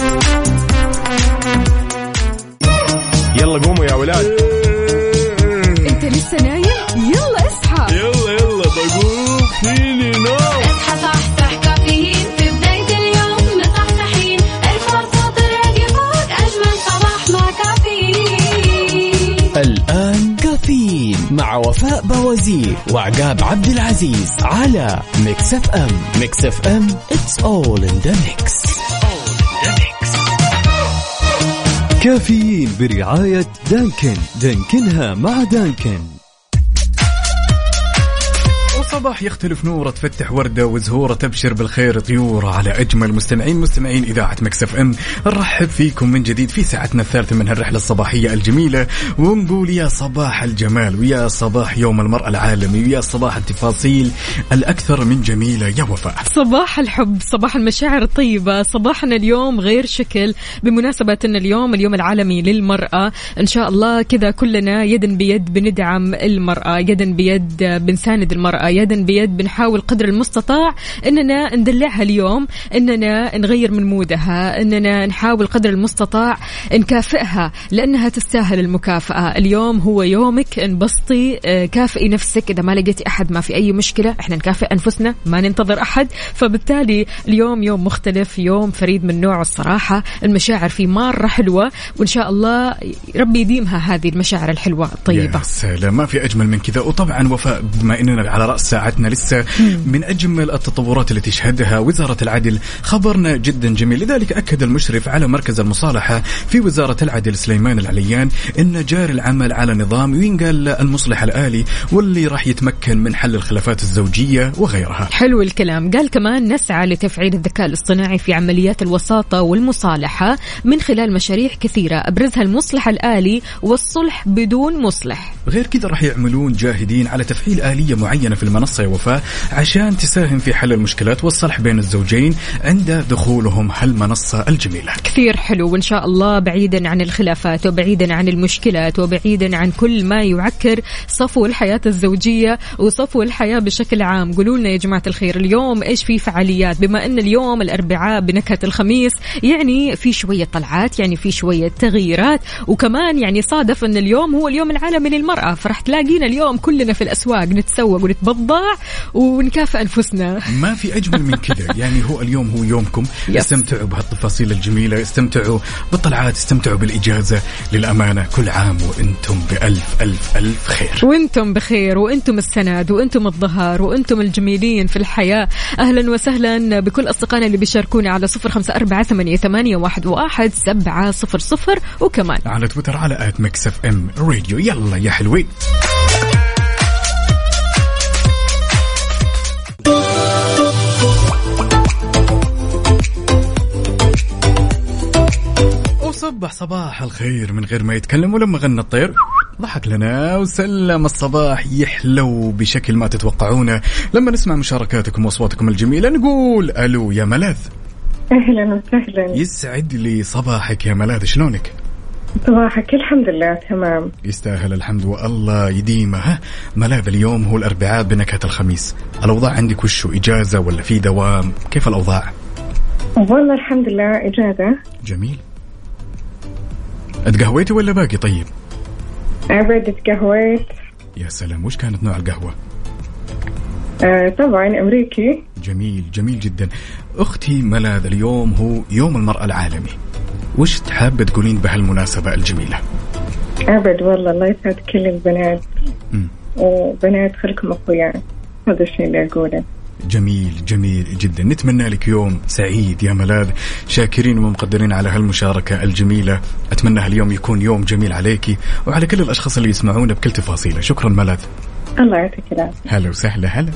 يلا قوموا يا ولاد. انت لسه نايم؟ يلا اصحى. يلا بقوم فيني نوم. اصحى صحصح كافيين في بداية اليوم مصحصحين، ارفع صوت الراديو فوق أجمل صباح مع كافيين. الآن كافيين مع وفاء بوازير وعقاب عبد العزيز على ميكس اف ام. ميكس اف ام it's all in the mix. كافيين برعاية دانكن، دانكنها مع دانكن. وصباح يختلف نوره، تفتح وردة وزهورة، تبشر بالخير طيورة على أجمل مستمعين إذاعة مكس اف ام. نرحب فيكم من جديد في ساعتنا الثالثة من هالرحلة الصباحية الجميلة، ونقول يا صباح الجمال ويا صباح يوم المرأة العالمي ويا صباح التفاصيل الأكثر من جميلة يا وفاء. صباح الحب، صباح المشاعر الطيبة. صباحنا اليوم غير شكل بمناسبة أن اليوم العالمي للمرأة. إن شاء الله كذا كلنا يدا بيد بندعم المرأة، يدا بيد بنساند المرأة، يدا بيد بنحاول قدر المستطاع إننا ندلعها اليوم، إننا نغير من مودها، إننا نحاول قدر المستطاع نكافئها لأنها تستاهل المكافأة. اليوم هو يومك، انبسطي، كافئي نفسك. إذا ما لقيتي أحد ما في أي مشكلة، إحنا نكافئ أنفسنا، ما ننتظر أحد. فبالتالي اليوم يوم مختلف، يوم فريد من نوعه الصراحة. المشاعر فيه مرة حلوة، وإن شاء الله ربي يديمها هذه المشاعر الحلوة الطيبة. يا سلام، ما في أجمل من كذا. وطبعا وفاء، بما إننا على رأس ساعتنا لسه، من أجمل التطورات اللي تشهدها وزارة العدل خبرنا جدا جميل. لذلك أكد المشرف على مركز المصالحة في وزارة العدل سليمان العليان إن جاري العمل على نظام ينقل المصلح الآلي، واللي راح يتمكن من حل الخلافات الزوجية وغيرها. حلو الكلام. قال كمان نسعى لتفعيل الذكاء الاصطناعي في عمليات الوساطة والمصالحة من خلال مشاريع كثيرة أبرزها المصلح الآلي والصلح بدون مصلح. غير كذا راح يعملون جاهدين على تفعيل آلية معينة في المنصة يا وفاء عشان تساهم في حل المشكلات والصلح بين الزوجين عند دخولهم هالمنصة الجميلة. كثير حلو، وإن شاء الله بعيدا عن الخلافات وبعيدا عن المشكلات وبعيدا عن كل ما يعكر صفو الحياة الزوجية وصفو الحياة بشكل عام. قولوا لنا يا جماعة الخير اليوم إيش في فعاليات، بما أن اليوم الأربعاء بنكهة الخميس، يعني في شوية طلعات، يعني في شوية تغييرات، وكمان يعني صادف أن اليوم هو اليوم العالمي للمرأة، فرح تلاقينا اليوم كلنا في الأسواق نتسوق ونتبضع ونكافئ أنفسنا. ما في أجمل من كذا. يعني هو اليوم هو يومكم، استمتعوا بهالتفاصيل الجميلة، استمتعوا بالطلعات، استمتعوا بالإجازة. للأمانة كل عام وأنتم بألف ألف ألف خير، وأنتم بخير، وأنتم السند، وأنتم الظهر، وأنتم الجميلين في الحياة. أهلا وسهلا بكل أصدقائنا اللي بيشاركونا على 0548811700 وكمان على تويتر على @mixfmradio. يلا يا حلوين. وصبح صباح الخير من غير ما يتكلم، ولما غنى الطير ضحك لنا وسلم. الصباح يحلو بشكل ما تتوقعونه لما نسمع مشاركاتكم واصواتكم الجميلة. نقول ألو يا ملاذ. أهلا وسهلا. يسعد لي صباحك يا ملاذ، شلونك؟ صباحك الحمد لله تمام. يستاهل الحمد والله يديمه. ملاذ اليوم هو الأربعاء بنكهة الخميس، الأوضاع عندك وشو، إجازة ولا في دوام؟ كيف الأوضاع؟ والله الحمد لله إجازة. جميل. اتقهويتي ولا باقي؟ طيب أبد اتقهويت. يا سلام، وش كانت نوع القهوة؟ طبعا أمريكي. جميل جميل جدا. أختي ملاذ اليوم هو يوم المرأة العالمي، وش تحب تقولين بهالمناسبة الجميلة؟ أبد والله الله يسعد كل البنات وبنات خلكم أخويا، هذا الشيء اللي أقوله. جميل جميل جدا. نتمنى لك يوم سعيد يا ملاذ، شاكرين ومقدرين على هالمشاركة الجميلة. أتمنى هاليوم يكون يوم جميل عليكي وعلى كل الأشخاص اللي يسمعونا بكل تفاصيله. شكرا ملاذ. الله يعطيك العافية. هلا وسهلا. هلا.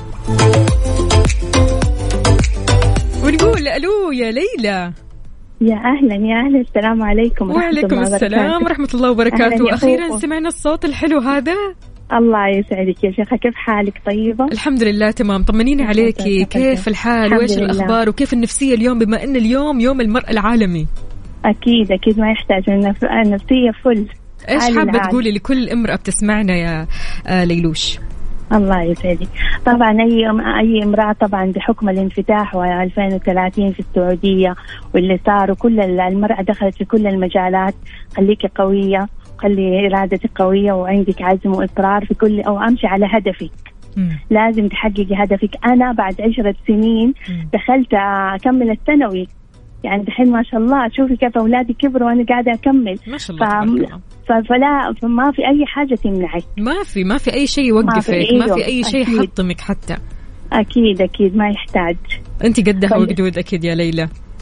ونقول ألو يا ليلى. يا أهلا يا أهلا، السلام عليكم. وعليكم السلام ورحمة الله وبركاته. أخيرا سمعنا الصوت الحلو هذا. الله يسعدك يا شيخة، كيف حالك؟ طيبة الحمد لله تمام. طمنيني عليكي، كيف الحال وإيش الأخبار وكيف النفسية اليوم بما أن اليوم يوم المرأة العالمي؟ أكيد أكيد ما يحتاج النفسية فل. إيش حابة تقولي لكل امرأة بتسمعنا يا ليلوش؟ الله يسعدك. طبعا أي امرأة طبعا بحكم الانفتاح و2030 في السعودية واللي صار وكل المرأة دخلت في كل المجالات، خليكي قوية، خلي إرادتك قوية وعندك عزم وإصرار في كل، أو أمشي على هدفك. لازم تحققي هدفك. أنا بعد 10 سنين دخلت أكمل الثانوي، يعني دحين ما شاء الله شوفي كيف أولادي كبروا وأنا قاعدة أكمل ما شاء الله. فما في أي حاجة تمنعك، ما في أي شيء يوقفك، ما في أي شيء يحطمك حتى. أكيد أكيد ما يحتاج. أنت قدها وقدود أكيد يا ليلى.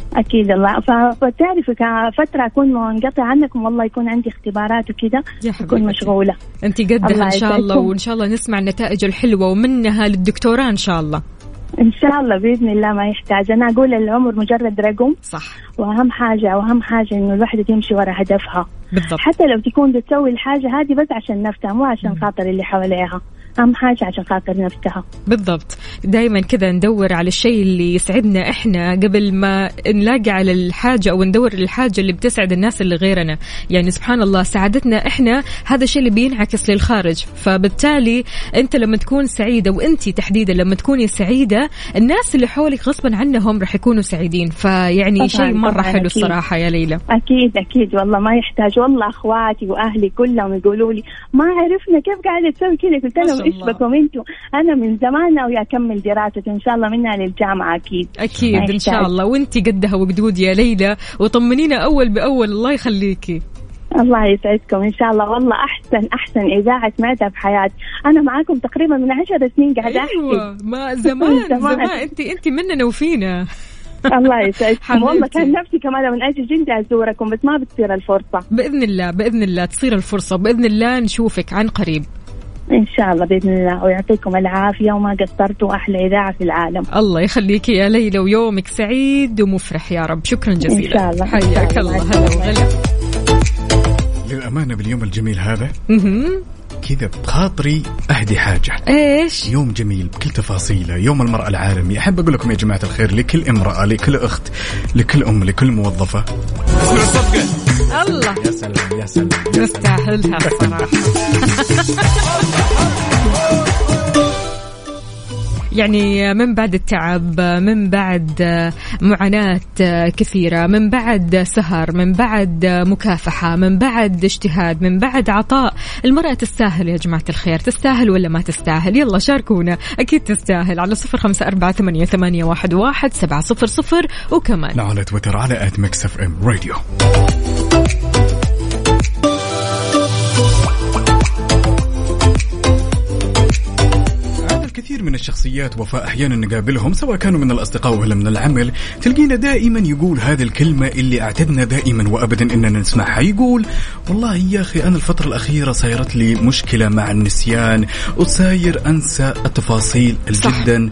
أكيد الله. فتعرفي فترة أكون منقطع عنكم، والله يكون عندي اختبارات وكذا أكون مشغولة. أنت قدها إن شاء الله، وإن شاء الله نسمع النتائج الحلوة ومنها للدكتوراه إن شاء الله. إن شاء الله بإذن الله ما يحتاج. أنا أقول العمر مجرد رقم، صح، وأهم حاجة إنه الواحدة تمشي وراء هدفها. بالضبط. حتى لو تكون بتسوي الحاجة هذه بس عشان نفسها، مو عشان خاطر اللي حواليها، أهم حاجة عشان خاطر نفسها. بالضبط. دايما كذا ندور على الشيء اللي يسعدنا إحنا قبل ما نلاقي على الحاجة أو ندور الحاجة اللي بتسعد الناس اللي غيرنا. يعني سبحان الله سعادتنا إحنا هذا الشيء اللي بينعكس للخارج، فبالتالي أنت لما تكون سعيدة، وأنتي تحديدا لما تكوني سعيدة، الناس اللي حولك غصبا عنهم رح يكونوا سعيدين. فيعني شيء مرة حلو الصراحة يا ليلى. أكيد والله ما يحتاج. والله أخواتي وأهلي كلهم يقولوا لي ما عرفنا كيف قاعدة تسوي كذا. قلت لهم إيش بكم أنتوا؟ أنا من زمان ناوية أكمل دراستي إن شاء الله منها للجامعة. أكيد إن شاء الله، وأنتي قدها وقدود يا ليلى، وطمنينا أول بأول. الله يخليكي. الله يسعدكم إن شاء الله. والله أحسن إذاعة مادة في حياتي. أنا معاكم تقريبا من 10 سنين قاعدة أحكي. ما زمان أنت مننا وفينا. الله يسعدكم. والله كان نفسي كمان من أجل جد أزوركم، بس ما بتصير الفرصة. بإذن الله تصير الفرصة، بإذن الله نشوفك عن قريب إن شاء الله بإذن الله، ويعطيكم العافية وما قصرتوا. أحلى إذاعة في العالم. الله يخليك يا ليلى، ويومك سعيد ومفرح يا رب. شكرا جزيلا. إن شاء الله. حياك الله. هلا وغلا. للأمانة باليوم الجميل هذا كذا بخاطري أهدي حاجة. إيش؟ يوم جميل بكل تفاصيله، يوم المرأة العالمي. أحب أقول لكم يا جماعة الخير، لكل امرأة، لكل أخت، لكل أم، لكل موظفة، الله يا سلام يا سلام يستاهلها الصراحة. يعني من بعد التعب، من بعد معاناة كثيرة، من بعد سهر، من بعد مكافحة، من بعد اجتهاد، من بعد عطاء، المرأة تستاهل يا جماعة الخير. تستاهل ولا ما تستاهل؟ يلا شاركونا. أكيد تستاهل على 0548811700 وكمان على تويتر على @mixfm radio. كثير من الشخصيات وفاء أحيانا نقابلهم سواء كانوا من الأصدقاء ولا من العمل، تلقينا دائما يقول هذه الكلمة اللي اعتدنا دائما وأبدا إننا نسمعها. يقول والله يا أخي أنا الفترة الأخيرة صايرت لي مشكلة مع النسيان، وصاير أنسى التفاصيل الجدا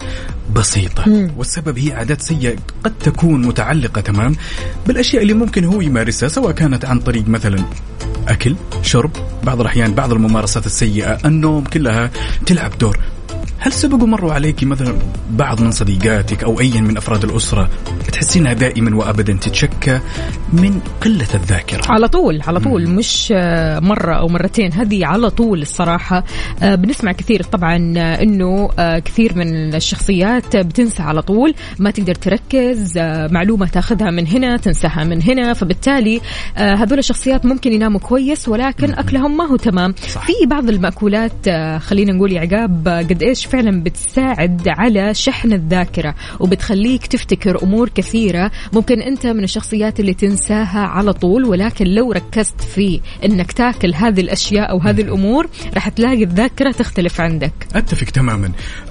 بسيطة، والسبب هي عادات سيئة قد تكون متعلقة تمام بالأشياء اللي ممكن هو يمارسها، سواء كانت عن طريق مثلا أكل، شرب، بعض الأحيان بعض الممارسات السيئة، النوم، كلها تلعب دور. هل سبقوا مروا عليك مثلا بعض من صديقاتك أو أي من أفراد الأسرة تحسينها دائما وأبدا تتشكى من قلة الذاكرة؟ على طول مش مرة أو مرتين، هذه على طول الصراحة. بنسمع كثير طبعا أنه كثير من الشخصيات بتنسى على طول، ما تقدر تركز، معلومة تاخذها من هنا تنساها من هنا، فبالتالي هذول الشخصيات ممكن يناموا كويس ولكن أكلهم ما هو تمام. صح. في بعض المأكولات خلينا نقول يا عقاب قد إيش فعلا بتساعد على شحن الذاكرة وبتخليك تفتكر أمور كثيرة ممكن أنت من الشخصيات اللي تنساها على طول، ولكن لو ركزت في أنك تاكل هذه الأشياء أو هذه الأمور راح تلاقي الذاكرة تختلف عندك. أتفق تماما.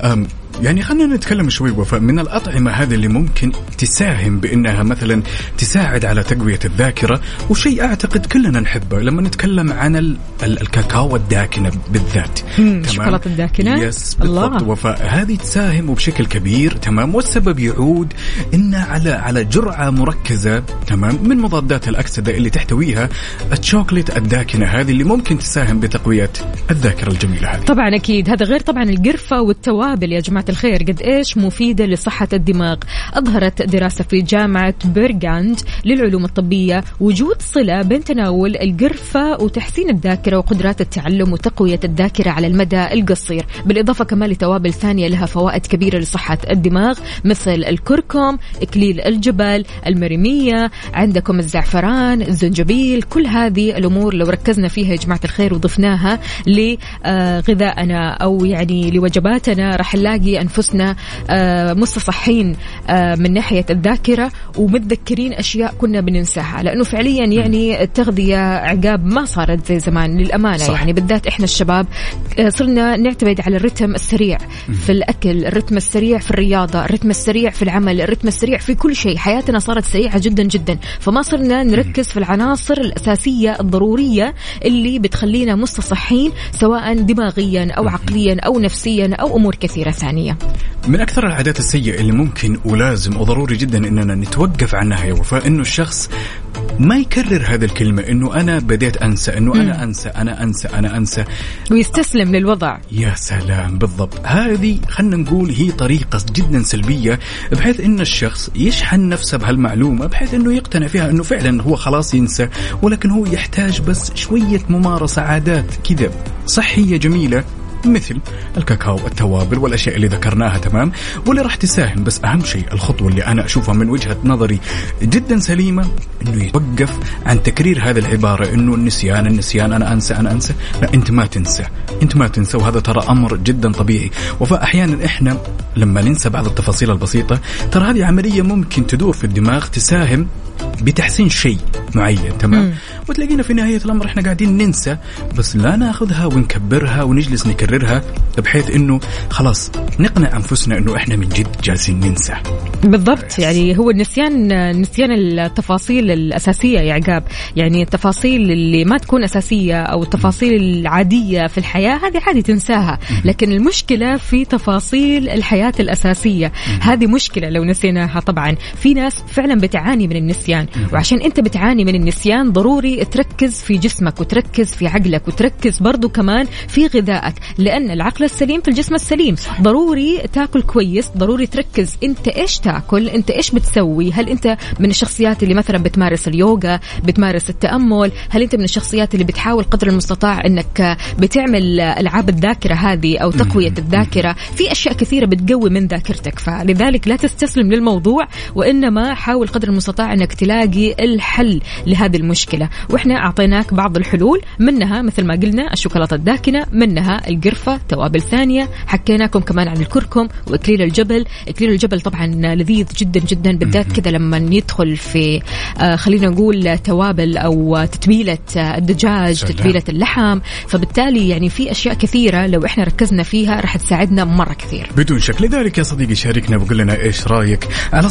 يعني خلينا نتكلم شوي وفاء من الأطعمة هذه اللي ممكن تساهم بأنها مثلا تساعد على تقوية الذاكرة، وشيء أعتقد كلنا نحبه لما نتكلم عن الكاكاو الداكنة بالذات. الشوكولاتة الداكنة. يس بالضبط وفاء، هذه تساهم بشكل كبير تمام، والسبب يعود إن على جرعة مركزة تمام من مضادات الأكسدة اللي تحتويها الشوكولاتة الداكنة هذه اللي ممكن تساهم بتقوية الذاكرة الجميلة هذه. طبعا أكيد، هذا غير طبعا القرفة والتوابل يا جماعة الخير قد إيش مفيدة لصحة الدماغ. أظهرت دراسة في جامعة بيرغاند للعلوم الطبية وجود صلة بين تناول القرفة وتحسين الذاكرة وقدرات التعلم وتقوية الذاكرة على المدى القصير، بالإضافة كمان لتوابل ثانية لها فوائد كبيرة لصحة الدماغ مثل الكركم، إكليل الجبل، المريمية، عندكم الزعفران، الزنجبيل. كل هذه الأمور لو ركزنا فيها يا جماعة الخير وضفناها لغذائنا أو يعني لوجباتنا راح نلاقي نخلي أنفسنا مستصحين من ناحية الذاكرة ومتذكرين أشياء كنا بننساها، لأنه فعليا يعني التغذية عقاب ما صارت زي زمان للأمانة. صح. يعني بالذات إحنا الشباب صرنا نعتمد على الرتم السريع في الأكل، الرتم السريع في الرياضة، الرتم السريع في العمل، الرتم السريع في كل شيء. حياتنا صارت سريعة جدا جدا، فما صرنا نركز في العناصر الأساسية الضرورية اللي بتخلينا مستصحين سواء دماغيا أو عقليا أو نفسيا أو أمور كثيرة ثانية. من أكثر العادات السيئة اللي ممكن ولازم وضروري جدا إننا نتوقف عنها يا وفاء، إنه الشخص ما يكرر هذه الكلمة، إنه أنا بديت أنسى، إنه أنا أنسى أنا أنسى أنا أنسى، ويستسلم للوضع. يا سلام، بالضبط. هذه خلنا نقول هي طريقة جدا سلبية، بحيث إن الشخص يشحن نفسه بهالمعلومة بحيث إنه يقتنع فيها إنه فعلا هو خلاص ينسى، ولكن هو يحتاج بس شوية ممارسة، عادات كذا صحية جميلة مثل الكاكاو، التوابل والأشياء اللي ذكرناها، تمام، واللي راح تساهم. بس أهم شيء الخطوة اللي أنا أشوفها من وجهة نظري جدا سليمة، إنه يتوقف عن تكرير هذه العبارة إنه النسيان أنا أنسى أنا أنسى. لا، أنت ما تنسى، وهذا ترى أمر جدا طبيعي. وفأحيانا إحنا لما ننسى بعض التفاصيل البسيطة، ترى هذه عملية ممكن تدور في الدماغ تساهم بتحسين شيء معين، تمام. وتلاقينا في نهاية الأمر إحنا قاعدين ننسى، بس لا ناخذها ونكبرها ونجلس نكررها بحيث إنه خلاص نقنع أنفسنا إنه إحنا من جد جالسين ننسى. بالضبط. يعني هو نسيان التفاصيل الأساسية يا عقاب، يعني التفاصيل اللي ما تكون أساسية أو التفاصيل العادية في الحياة هذه عادي تنساها، لكن المشكلة في تفاصيل الحياة الأساسية. هذه مشكلة لو نسيناها. طبعا في ناس فعلا بتعاني من النسيان، وعشان أنت بتعاني من النسيان ضروري تركز في جسمك وتركز في عقلك وتركز برضو كمان في غذائك، لأن العقل السليم في الجسم السليم. ضروري تاكل كويس، ضروري تركز أنت إيش تاكل، أنت إيش بتسوي. هل أنت من الشخصيات اللي مثلا بتمارس اليوغا، بتمارس التأمل؟ هل أنت من الشخصيات اللي بتحاول قدر المستطاع أنك بتعمل ألعاب الذاكرة هذه أو تقوية الذاكرة؟ في أشياء كثيرة بتقوي من ذاكرتك، فلذلك لا تستسلم للموضوع، وإنما حاول قدر المستطاع أنك تلاقي الحل لهذه المشكلة. وإحنا أعطيناك بعض الحلول، منها مثل ما قلنا الشوكولاتة الداكنة، منها القرفة، توابل ثانية، حكيناكم كمان عن الكركم وإكليل الجبل. إكليل الجبل طبعا لذيذ جدا جدا، بالذات كذا لما يدخل في خلينا نقول توابل أو تتبيلة الدجاج، تتبيلة اللحم، فبالتالي يعني في أشياء كثيرة لو إحنا ركزنا فيها راح تساعدنا مرة كثير بدون شك. لذلك يا صديقي شاركنا وقول لنا إيش رأيك على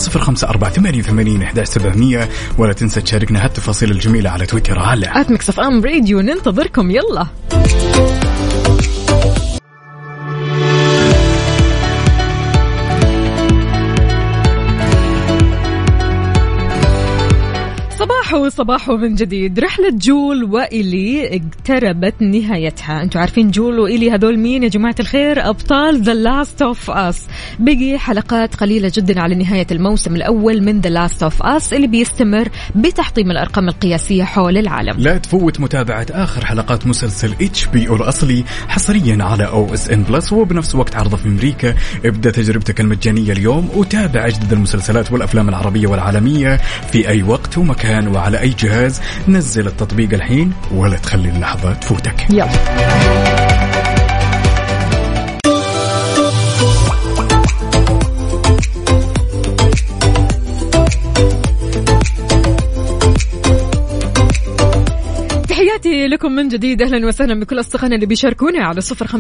0548811700، ولا تنسى تشاركنا هالتفاصيل الجميلة على تويتر على @mixfm_radio. ننتظركم، يلا. صباح من جديد. رحلة جول وإلي اقتربت نهايتها. انتوا عارفين جول وإلي هذول مين يا جماعة الخير؟ أبطال The Last of Us. بقي حلقات قليلة جدا على نهاية الموسم الأول من The Last of Us اللي بيستمر بتحطيم الأرقام القياسية حول العالم. لا تفوت متابعة آخر حلقات مسلسل HBO الأصلي حصريا على OSN+، وبنفس وقت عرضه في أمريكا. ابدأ تجربتك المجانية اليوم وتابع أجدد المسلسلات والأفلام العربية والعالمية في أي وقت ومكان وعلى أي جهاز. نزل التطبيق الحين ولا تخلي اللحظة تفوتك. يلا. تحياتي لكم من جديد، أهلا وسهلا بكل أصدقائنا اللي بيشاركونا على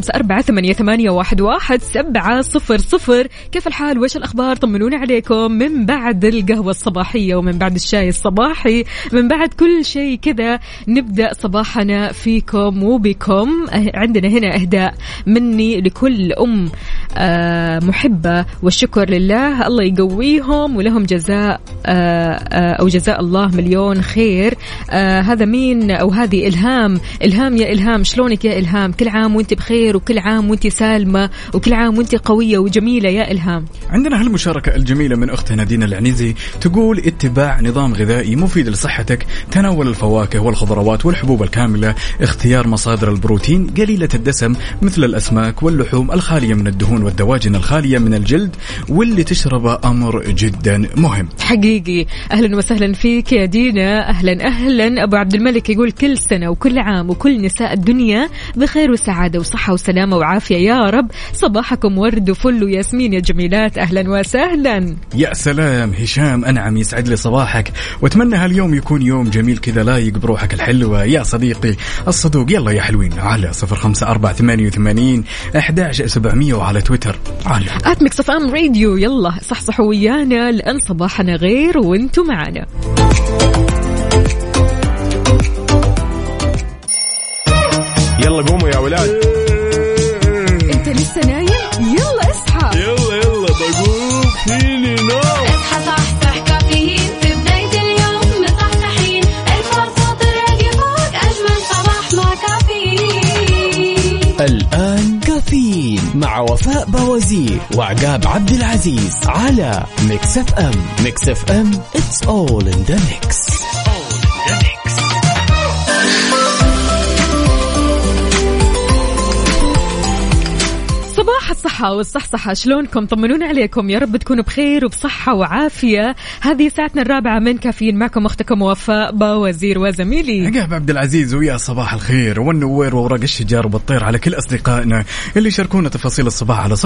0548811700. كيف الحال وإيش الأخبار؟ طمنونا عليكم من بعد القهوة الصباحية ومن بعد الشاي الصباحي، من بعد كل شيء كذا نبدأ صباحنا فيكم وبكم. عندنا هنا إهداء مني لكل أم محبة، والشكر لله، الله يقويهم ولهم جزاء أو جزاء الله مليون خير. هذا مين أو هذه إلهام يا إلهام، شلونك يا إلهام؟ كل عام وانت بخير، وكل عام وانت سالمة، وكل عام وانت قوية وجميلة يا إلهام. عندنا هالمشاركة الجميلة من أختنا دينا العنيزي، تقول اتباع نظام غذائي مفيد لصحتك، تناول الفواكه والخضروات والحبوب الكاملة، اختيار مصادر البروتين قليلة الدسم مثل الأسماك واللحوم الخالية من الدهون والدواجن الخالية من الجلد، واللي تشربه أمر جدا مهم. حقيقي. أهلا وسهلا فيك يا دينا، أهلا. أبو عبد الملك يقول كل كل سنة وكل عام وكل نساء الدنيا بخير وسعادة وصحة وسلامة وعافية يا رب. صباحكم ورد وفل وياسمين يا جميلات، أهلا وسهلا. يا سلام هشام أنعم، يسعد لي صباحك وأتمنى هاليوم يكون يوم جميل كذا لايق بروحك الحلوة يا صديقي الصدوق. يلا يا حلوين على 0548811700 وعلى تويتر على ميكس اف ام راديو. يلا صحصحوا ويانا لأن صباحنا غير وانتم معنا. يلا قوموا يا ولاد. انت لسه نايم؟ يلا اصحى. يلا بقوم فيني نوم. اصحى صحصح كافيين في بداية اليوم مصحصحين، الفرصة تراقي فوق أجمل صباح مع كافيين. الآن كافيين مع وفاء بوازير وعقاب عبد العزيز على ميكس اف ام. ميكس اف ام it's all in the mix. صباح الصحة والصحصحة، شلونكم؟ طمنونا عليكم، يا رب تكونوا بخير وبصحة وعافية. هذه ساعتنا الرابعة من كافيين، معكم أختكم وفاء باوزير وزميلي عقاب عبد العزيز. ويا صباح الخير والنوير وورق الشجار وبالطير على كل أصدقائنا اللي شاركونا تفاصيل الصباح على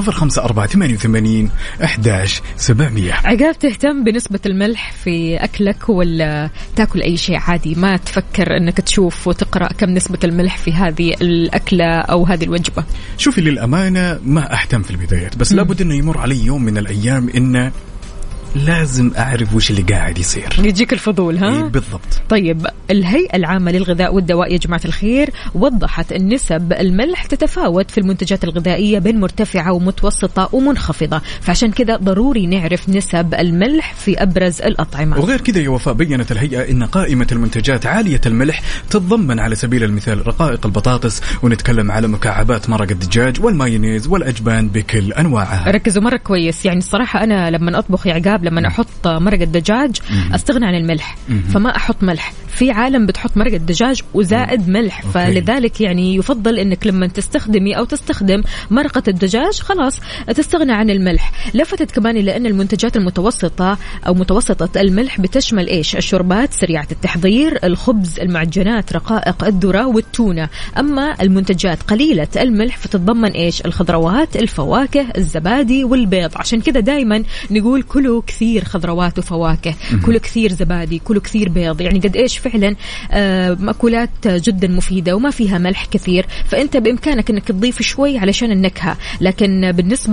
0548811700. عقاب، تهتم بنسبة الملح في أكلك ولا تاكل أي شيء عادي ما تفكر أنك تشوف وتقرأ كم نسبة الملح في هذه الأكلة أو هذه الوجبة؟ شوفي للأمانة ما أهتم في البدايات، بس لابد أنه يمر علي يوم من الأيام إنه لازم أعرف وش اللي قاعد يصير، يجيك الفضول. ها بالضبط. طيب، الهيئة العامة للغذاء والدواء يا جماعة الخير وضحت أن نسب الملح تتفاوت في المنتجات الغذائية بين مرتفعة ومتوسطة ومنخفضة، فعشان كذا ضروري نعرف نسب الملح في أبرز الأطعمة. وغير كذا يا وفاء، بيّنت الهيئة أن قائمة المنتجات عالية الملح تتضمن على سبيل المثال رقائق البطاطس، ونتكلم على مكعبات مرق الدجاج والمايونيز والأجبان بكل أنواعها. ركزوا مرة كويس، يعني الصراحة أنا لما أطبخ يا عقاب لما أحط مرق الدجاج أستغنى عن الملح، فما أحط ملح. في عالم بتحط مرق الدجاج وزائد ملح، فلذلك يعني يفضل إنك لما تستخدمي أو تستخدم مرقة الدجاج خلاص تستغنى عن الملح. لفتت كمان إلى أن المنتجات المتوسطة أو متوسطة الملح بتشمل إيش؟ الشوربات سريعة التحضير، الخبز، المعجنات، رقائق الذرة والتونة. أما المنتجات قليلة الملح فتتضمن إيش؟ الخضروات، الفواكه، الزبادي والبيض. عشان كذا دايما نقول كلوا كثير خضروات وفواكه، كلوا كثير زبادي، كلوا كثير بيض. يعني قد إيش فعلا مأكولات جدا مفيدة وما فيها ملح كثير، فأنت بإمكانك أنك تضيف شوي علشان النكهة. لكن بالنسبة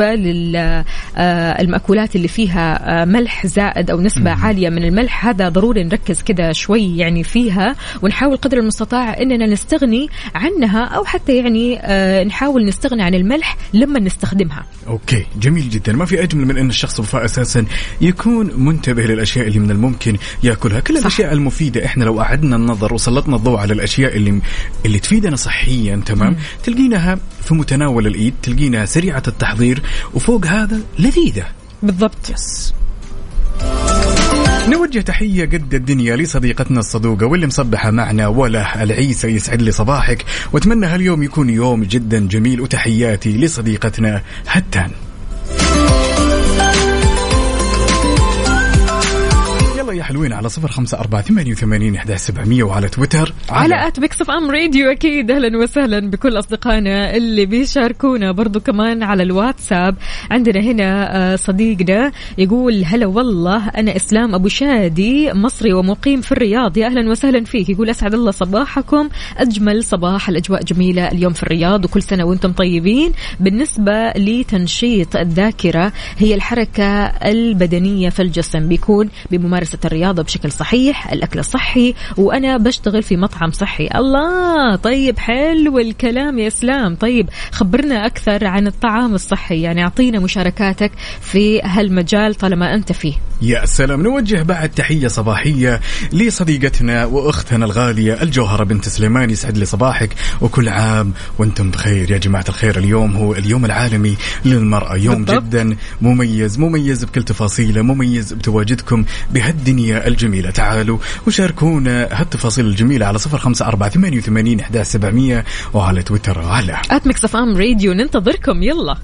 للمأكولات اللي فيها ملح زائد أو نسبة عالية من الملح، هذا ضروري نركز كده شوي يعني فيها، ونحاول قدر المستطاع أننا نستغني عنها، أو حتى يعني نحاول نستغني عن الملح لما نستخدمها. أوكي، جميل جدا. ما في أجمل من أن الشخص وفاء أساسا يكون منتبه للأشياء اللي من الممكن يأكلها. كل الأشياء المفيدة إحنا لو أعدنا النظر وسلطنا الضوء على الأشياء اللي تفيدنا صحيا تمام، تلقيناها في متناول الإيد، تلقيناها سريعة التحضير، وفوق هذا لذيذة. بالضبط. يس. نوجه تحية قد الدنيا لصديقتنا الصدوقة واللي مصبحة معنا وله العيسى، يسعد لي صباحك واتمنى هاليوم يكون يوم جدا جميل. وتحياتي لصديقتنا هتان. يا حلوين على 0548811700 وعلى تويتر على @ميكس اف ام راديو. أكيد أهلا وسهلا بكل أصدقائنا اللي بيشاركونا برضو كمان على الواتساب. عندنا هنا صديقنا يقول هلا والله أنا إسلام أبو شادي مصري ومقيم في الرياض، يا أهلا وسهلا فيك. يقول أسعد الله صباحكم، أجمل صباح، الأجواء جميلة اليوم في الرياض وكل سنة وأنتم طيبين. بالنسبة لتنشيط الذاكرة هي الحركة البدنية في الجسم، بيكون بممارسة الرياضة بشكل صحيح، الأكل الصحي، وأنا بشتغل في مطعم صحي. الله، طيب حلو الكلام يا إسلام. طيب خبرنا أكثر عن الطعام الصحي، يعني أعطينا مشاركاتك في هالمجال طالما أنت فيه. يا سلام. نوجه بعد تحية صباحية لصديقتنا وأختنا الغالية الجوهرة بنت سليمان، يسعد لي صباحك وكل عام وأنتم بخير يا جماعة الخير. اليوم هو اليوم العالمي للمرأة، يوم بالضبط. جدا مميز بكل تفاصيله، مميز بتواجدكم بهالدنيا الجميلة. تعالوا وشاركونا هالتفاصيل الجميلة على 0548811700 وعلى تويتر على @ميكس اف ام راديو. ننتظركم. يلا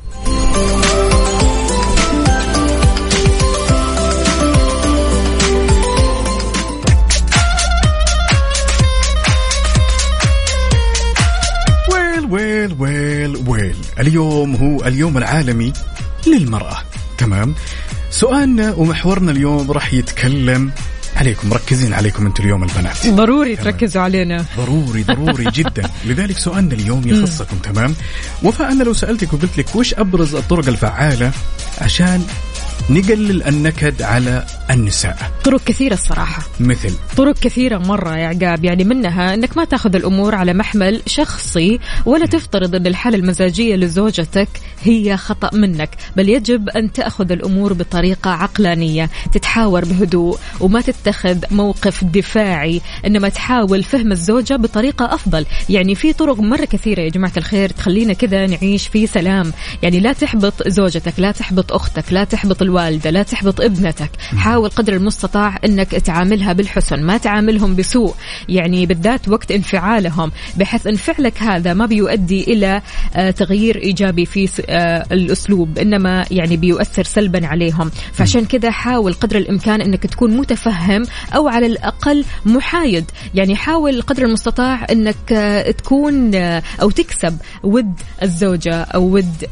ويل اليوم هو اليوم العالمي للمرأة. تمام. سؤالنا ومحورنا اليوم راح يتكلم عليكم، مركزين عليكم انتم اليوم البنات، ضروري تركزوا علينا، ضروري جدا. لذلك سؤالنا اليوم يخصكم. تمام. وفاء أنا لو سألتك وقلت لك وش أبرز الطرق الفعالة عشان نقلل النكد على النساء؟ طرق كثيرة الصراحة، مثل طرق كثيرة مرة يا عقاب. يعني منها أنك ما تأخذ الأمور على محمل شخصي، ولا تفترض أن الحالة المزاجية لزوجتك هي خطأ منك، بل يجب أن تأخذ الأمور بطريقة عقلانية، تتحاور بهدوء وما تتخذ موقف دفاعي، إنما تحاول فهم الزوجة بطريقة أفضل. يعني في طرق مرة كثيرة يا جماعة الخير تخلينا كذا نعيش في سلام. يعني لا تحبط زوجتك، لا تحبط أختك، لا تحبط الوالدة، لا تحبط ابنتك. حاول قدر المستطاع أنك تعاملها بالحسن، ما تعاملهم بسوء، يعني بالذات وقت انفعالهم، بحيث أن فعلك هذا ما بيؤدي إلى تغيير إيجابي في الأسلوب، إنما يعني بيؤثر سلبا عليهم. فعشان كذا حاول قدر الإمكان أنك تكون متفهم أو على الأقل محايد. يعني حاول قدر المستطاع أنك تكون أو تكسب ود الزوجة أو ود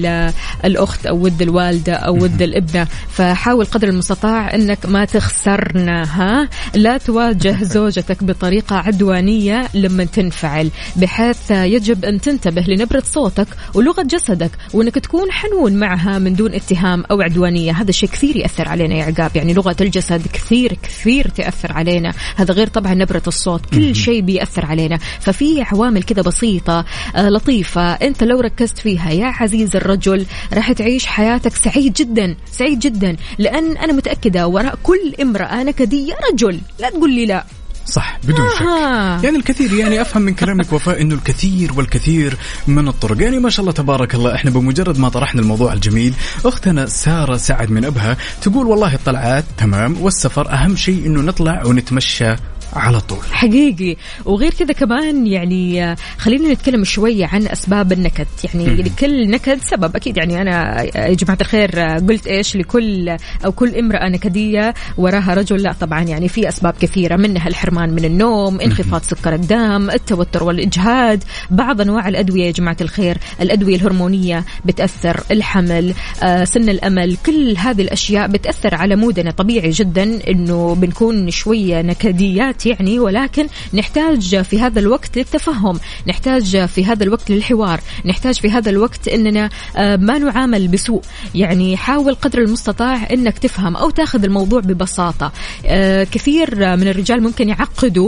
الأخت أو ود الوالدة أو ود الابنة. فحاول قدر المستطاع أنك ما تخسرنها. لا تواجه زوجتك بطريقة عدوانية لما تنفعل، بحيث يجب أن تنتبه لنبرة صوتك ولغة جسدك، وأنك تكون حنون معها من دون اتهام أو عدوانية. هذا الشيء كثير يأثر علينا يا عقاب، يعني لغة الجسد كثير تأثر علينا. هذا غير طبعا نبرة الصوت، كل شيء بيأثر علينا. ففي عوامل كده بسيطة لطيفة أنت لو ركزت فيها يا عزيز الرجل راح تعيش حياتك سعيد جدا. لأن أنا متأكدة وراء كل امرأة نكدية رجل، لا تقول لي لا. صح بدون شك. يعني الكثير، يعني أفهم من كلامك وفاء إنه الكثير من الطرق، يعني ما شاء الله تبارك الله. إحنا بمجرد ما طرحنا الموضوع الجميل، أختنا سارة سعد من أبها تقول والله الطلعات تمام، والسفر أهم شيء إنه نطلع ونتمشى على طول. حقيقي. وغير كذا كمان يعني خلينا نتكلم شوية عن أسباب النكد. يعني لكل نكد سبب أكيد. يعني أنا يا جماعة الخير قلت إيش لكل أو كل امرأة نكدية وراها رجل؟ لا طبعا، يعني في أسباب كثيرة، منها الحرمان من النوم، انخفاض سكر الدم، التوتر والإجهاد، بعض أنواع الأدوية يا جماعة الخير، الأدوية الهرمونية بتأثر، الحمل، سن الأمل، كل هذه الأشياء بتأثر على مودنا. طبيعي جدا إنه بنكون شوية نكديات يعني، ولكن نحتاج في هذا الوقت للتفهم، نحتاج في هذا الوقت للحوار، نحتاج في هذا الوقت إننا ما نعامل بسوء. يعني حاول قدر المستطاع إنك تفهم أو تاخذ الموضوع ببساطة. كثير من الرجال ممكن يعقدوا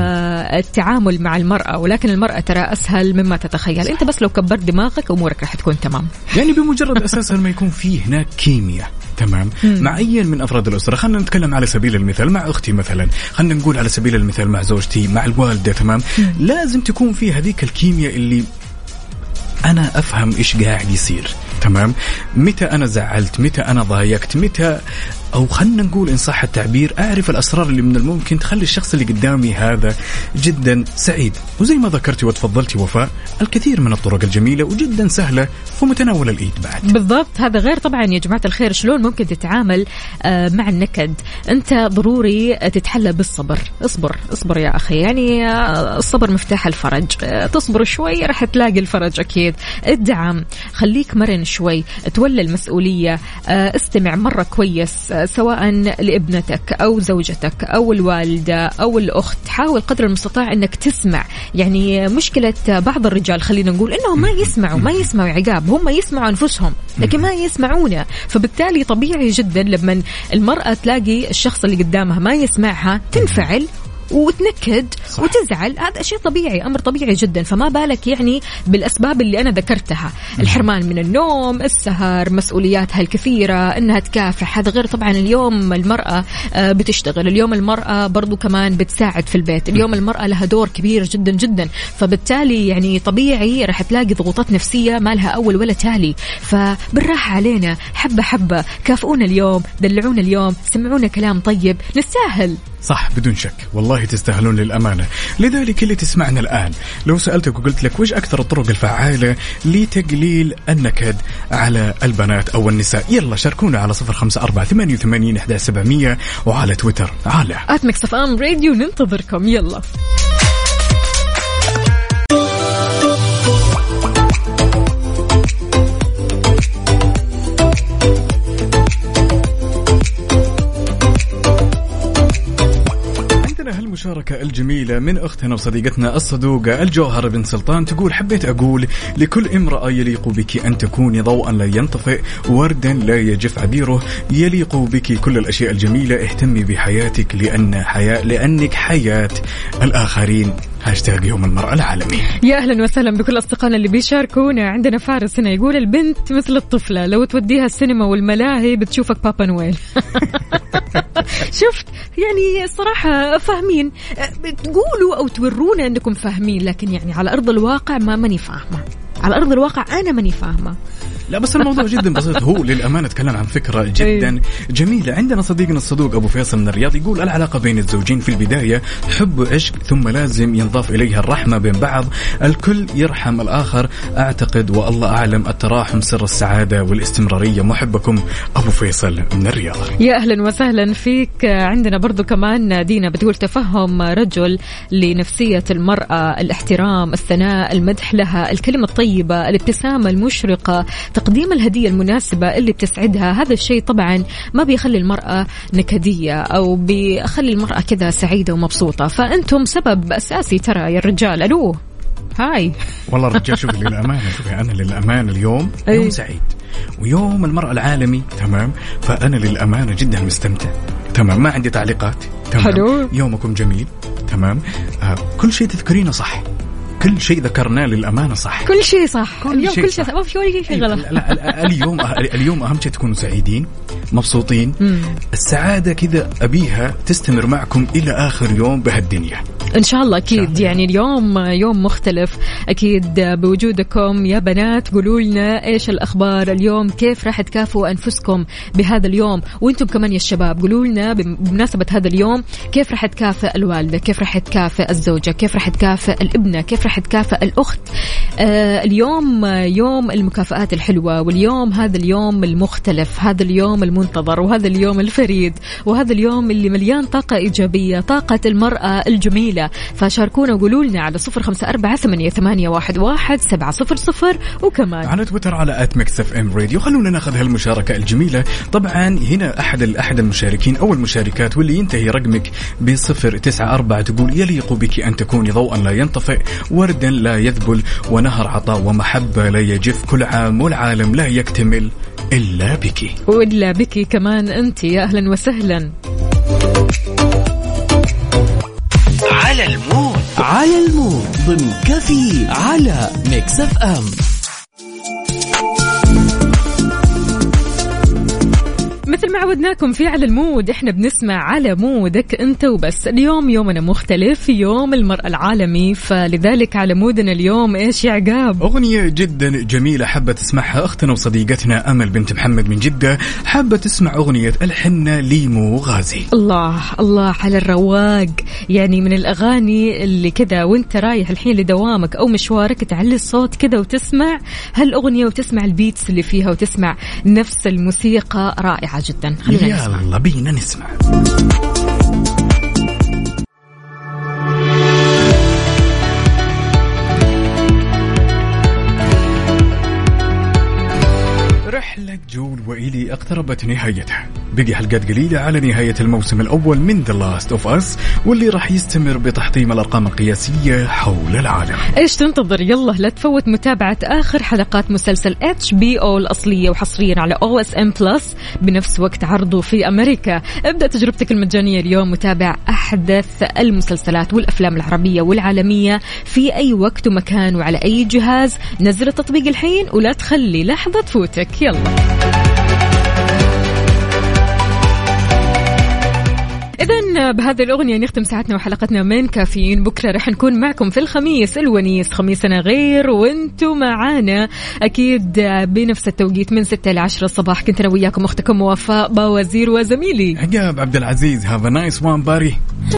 التعامل مع المرأة، ولكن المرأة ترى أسهل مما تتخيل. أنت بس لو كبرت دماغك أمورك راح تكون تمام. يعني بمجرد أساسا ما يكون فيه هناك كيمياء تمام مع أي من أفراد الأسرة. خلينا نتكلم على سبيل المثال مع أختي مثلا، خلينا نقول على سبيل المثال مع زوجتي، مع الوالدة. تمام. لازم تكون في هذيك الكيمياء اللي أنا أفهم إيش قاعد يصير. تمام. متى أنا زعلت، متى أنا ضايقت، متى، أو خلنا نقول إن صح التعبير، أعرف الأسرار اللي من الممكن تخلي الشخص اللي قدامي هذا جدا سعيد. وزي ما ذكرتي وتفضلتي وفاء، الكثير من الطرق الجميلة وجدا سهلة في متناول الإيد بعد. بالضبط. هذا غير طبعا يا جماعة الخير شلون ممكن تتعامل مع النكد. أنت ضروري تتحلى بالصبر. اصبر يا أخي، يعني الصبر مفتاح الفرج. تصبر شوي راح تلاقي الفرج أكيد. ادعم، خليك مرن شوي، تولى المسؤولية، استمع مرة كويس سواء لابنتك أو زوجتك أو الوالدة أو الأخت. حاول قدر المستطاع أنك تسمع. يعني مشكلة بعض الرجال خلينا نقول أنهم ما يسمعوا عقاب، هم يسمعوا أنفسهم لكن ما يسمعونا. فبالتالي طبيعي جدا لما المرأة تلاقي الشخص اللي قدامها ما يسمعها تنفعل وتنكد وتزعل. هذا شيء طبيعي، أمر طبيعي جدا. فما بالك يعني بالأسباب اللي أنا ذكرتها، الحرمان من النوم، السهر، مسؤولياتها الكثيرة، أنها تكافح. هذا غير طبعا اليوم المرأة بتشتغل، اليوم المرأة برضو كمان بتساعد في البيت، اليوم المرأة لها دور كبير جدا جدا. فبالتالي يعني طبيعي راح تلاقي ضغوطات نفسية ما لها أول ولا تالي. فبالراحة علينا، حبة حبة، كافئونا اليوم، دلعونا اليوم، سمعونا كلام طيب، نستاهل. صح بدون شك، والله تستاهلون للأمانة. لذلك اللي تسمعنا الآن، لو سألتك وقلت لك وش أكثر الطرق الفعالة لتقليل النكد على البنات أو النساء، يلا شاركونا على 0548811700 وعلى تويتر على @mixfm_radio. ننتظركم. يلا المشاركة الجميلة من أختنا وصديقتنا الصدوقة الجوهر بن سلطان، تقول حبيت أقول لكل امرأة يليق بك أن تكوني ضوءا لا ينطفئ، وردا لا يجف عبيره، يليق بك كل الأشياء الجميلة، اهتمي بحياتك لأنك حياة الآخرين. هاشتاج يوم المرأة العالمي. يا أهلا وسهلا بكل أصدقائنا اللي بيشاركونا. عندنا فارس هنا يقول البنت مثل الطفلة، لو توديها السينما والملاهي بتشوفك بابا نويل. شفت يعني الصراحة فاهمين، تقولوا أو تورونا أنكم فاهمين، لكن يعني على أرض الواقع ماني فاهمة. على أرض الواقع أنا ماني فاهمة. لا بس الموضوع جدا بسيط. هو للأمانة تكلم عن فكرة جدا جميلة. عندنا صديقنا الصدوق أبو فيصل من الرياض يقول العلاقة بين الزوجين في البداية حب وعشق، ثم لازم ينضاف إليها الرحمة بين بعض، الكل يرحم الآخر. أعتقد والله أعلم التراحم سر السعادة والاستمرارية. محبكم أبو فيصل من الرياض. يا أهلا وسهلا فيك. عندنا برضو كمان دينا بتقول تفهم رجل لنفسية المرأة، الاحترام، الثناء، المدح لها، الكلمة الطيبة، الابتسامة المشرقة، تقديم الهدية المناسبة اللي بتسعدها. هذا الشيء طبعا ما بيخلي المرأة نكدية أو بيخلي المرأة كذا سعيدة ومبسوطة. فأنتم سبب أساسي ترى يا الرجال. ألو هاي. والله الرجال شوفي للأمانة، شوفي أنا للأمانة اليوم يوم سعيد ويوم المرأة العالمي، تمام؟ فأنا للأمانة جدا مستمتع، تمام؟ ما عندي تعليقات، تمام؟ حلو. يومكم جميل، تمام؟ كل شيء تذكرينه صح، كل شيء ذكرناه للأمانة صح، كل شيء صح اليوم، كل شيء صح، ما في ولا شيء غلط. لا اليوم أهم شيء تكونوا سعيدين مبسوطين. السعادة كذا أبيها تستمر معكم إلى آخر يوم بهالدنيا إن شاء الله. أكيد يعني اليوم يوم مختلف أكيد بوجودكم يا بنات. قولوا لنا إيش الأخبار اليوم، كيف راح تكافئوا أنفسكم بهذا اليوم، وأنتم كمان يا الشباب قولوا لنا بمناسبة هذا اليوم كيف راح تكافئ الوالدة، كيف راح تكافئ الزوجة، كيف راح تكافئ الابنة، كيف راح تكافئ الأخت. اليوم يوم المكافآت الحلوة، واليوم هذا اليوم المختلف، هذا اليوم المنتظر، وهذا اليوم الفريد، وهذا اليوم اللي مليان طاقة إيجابية، طاقة المرأة الجميلة. فشاركونا وقولوا لنا على 0548811700 وكمان على تويتر على @mixfmradio. خلونا ناخذ هالمشاركة الجميلة. طبعا هنا أحد المشاركين أو المشاركات واللي ينتهي رقمك ب094 تقول يليق بك أن تكوني ضوءا لا ينطفئ، وردا لا يذبل، ونهر عطاء ومحبة لا يجف، كل عام والعالم لا يكتمل إلا بك. وإلا بك كمان أنت. يا أهلا وسهلا. على المود ضمن كافيين على ميكس اف ام. مثل ما عودناكم في على المود احنا بنسمع على مودك انت وبس. اليوم يومنا مختلف، يوم المرأة العالمي، فلذلك على مودنا اليوم ايش يا عقاب؟ اغنية جدا جميلة حابة تسمعها اختنا وصديقتنا امل بنت محمد من جدة، حابة تسمع اغنية الحنة ليمو غازي. الله الله على الرواق، يعني من الاغاني اللي كذا وانت رايح الحين لدوامك او مشوارك تعلي الصوت كذا وتسمع هالاغنية وتسمع البيتس اللي فيها وتسمع نفس الموسيقى، رائعة جدا. يلا بينا نسمع. رحلة جول وإلي اقتربت نهايتها، بقي حلقات قليلة على نهاية الموسم الأول من The Last of Us، واللي راح يستمر بتحطيم الأرقام القياسية حول العالم. إيش تنتظر؟ يلا لا تفوت متابعة آخر حلقات مسلسل HBO الأصلية وحصريا على OSM Plus بنفس وقت عرضه في أمريكا. ابدأ تجربتك المجانية اليوم، متابع أحدث المسلسلات والأفلام العربية والعالمية في أي وقت ومكان وعلى أي جهاز. نزل التطبيق الحين ولا تخلي لحظة تفوتك. يلا إذن بهذه الأغنية نختم ساعتنا وحلقتنا من كافيين. بكرة رح نكون معكم في الخميس الونيس، خميسنا غير وانتو معانا أكيد بنفس التوقيت من 6 إلى 10 الصباح. كنت أنا وياكم أختكم وفاء باوزير وزميلي عقاب عبد العزيز. Have a nice one buddy.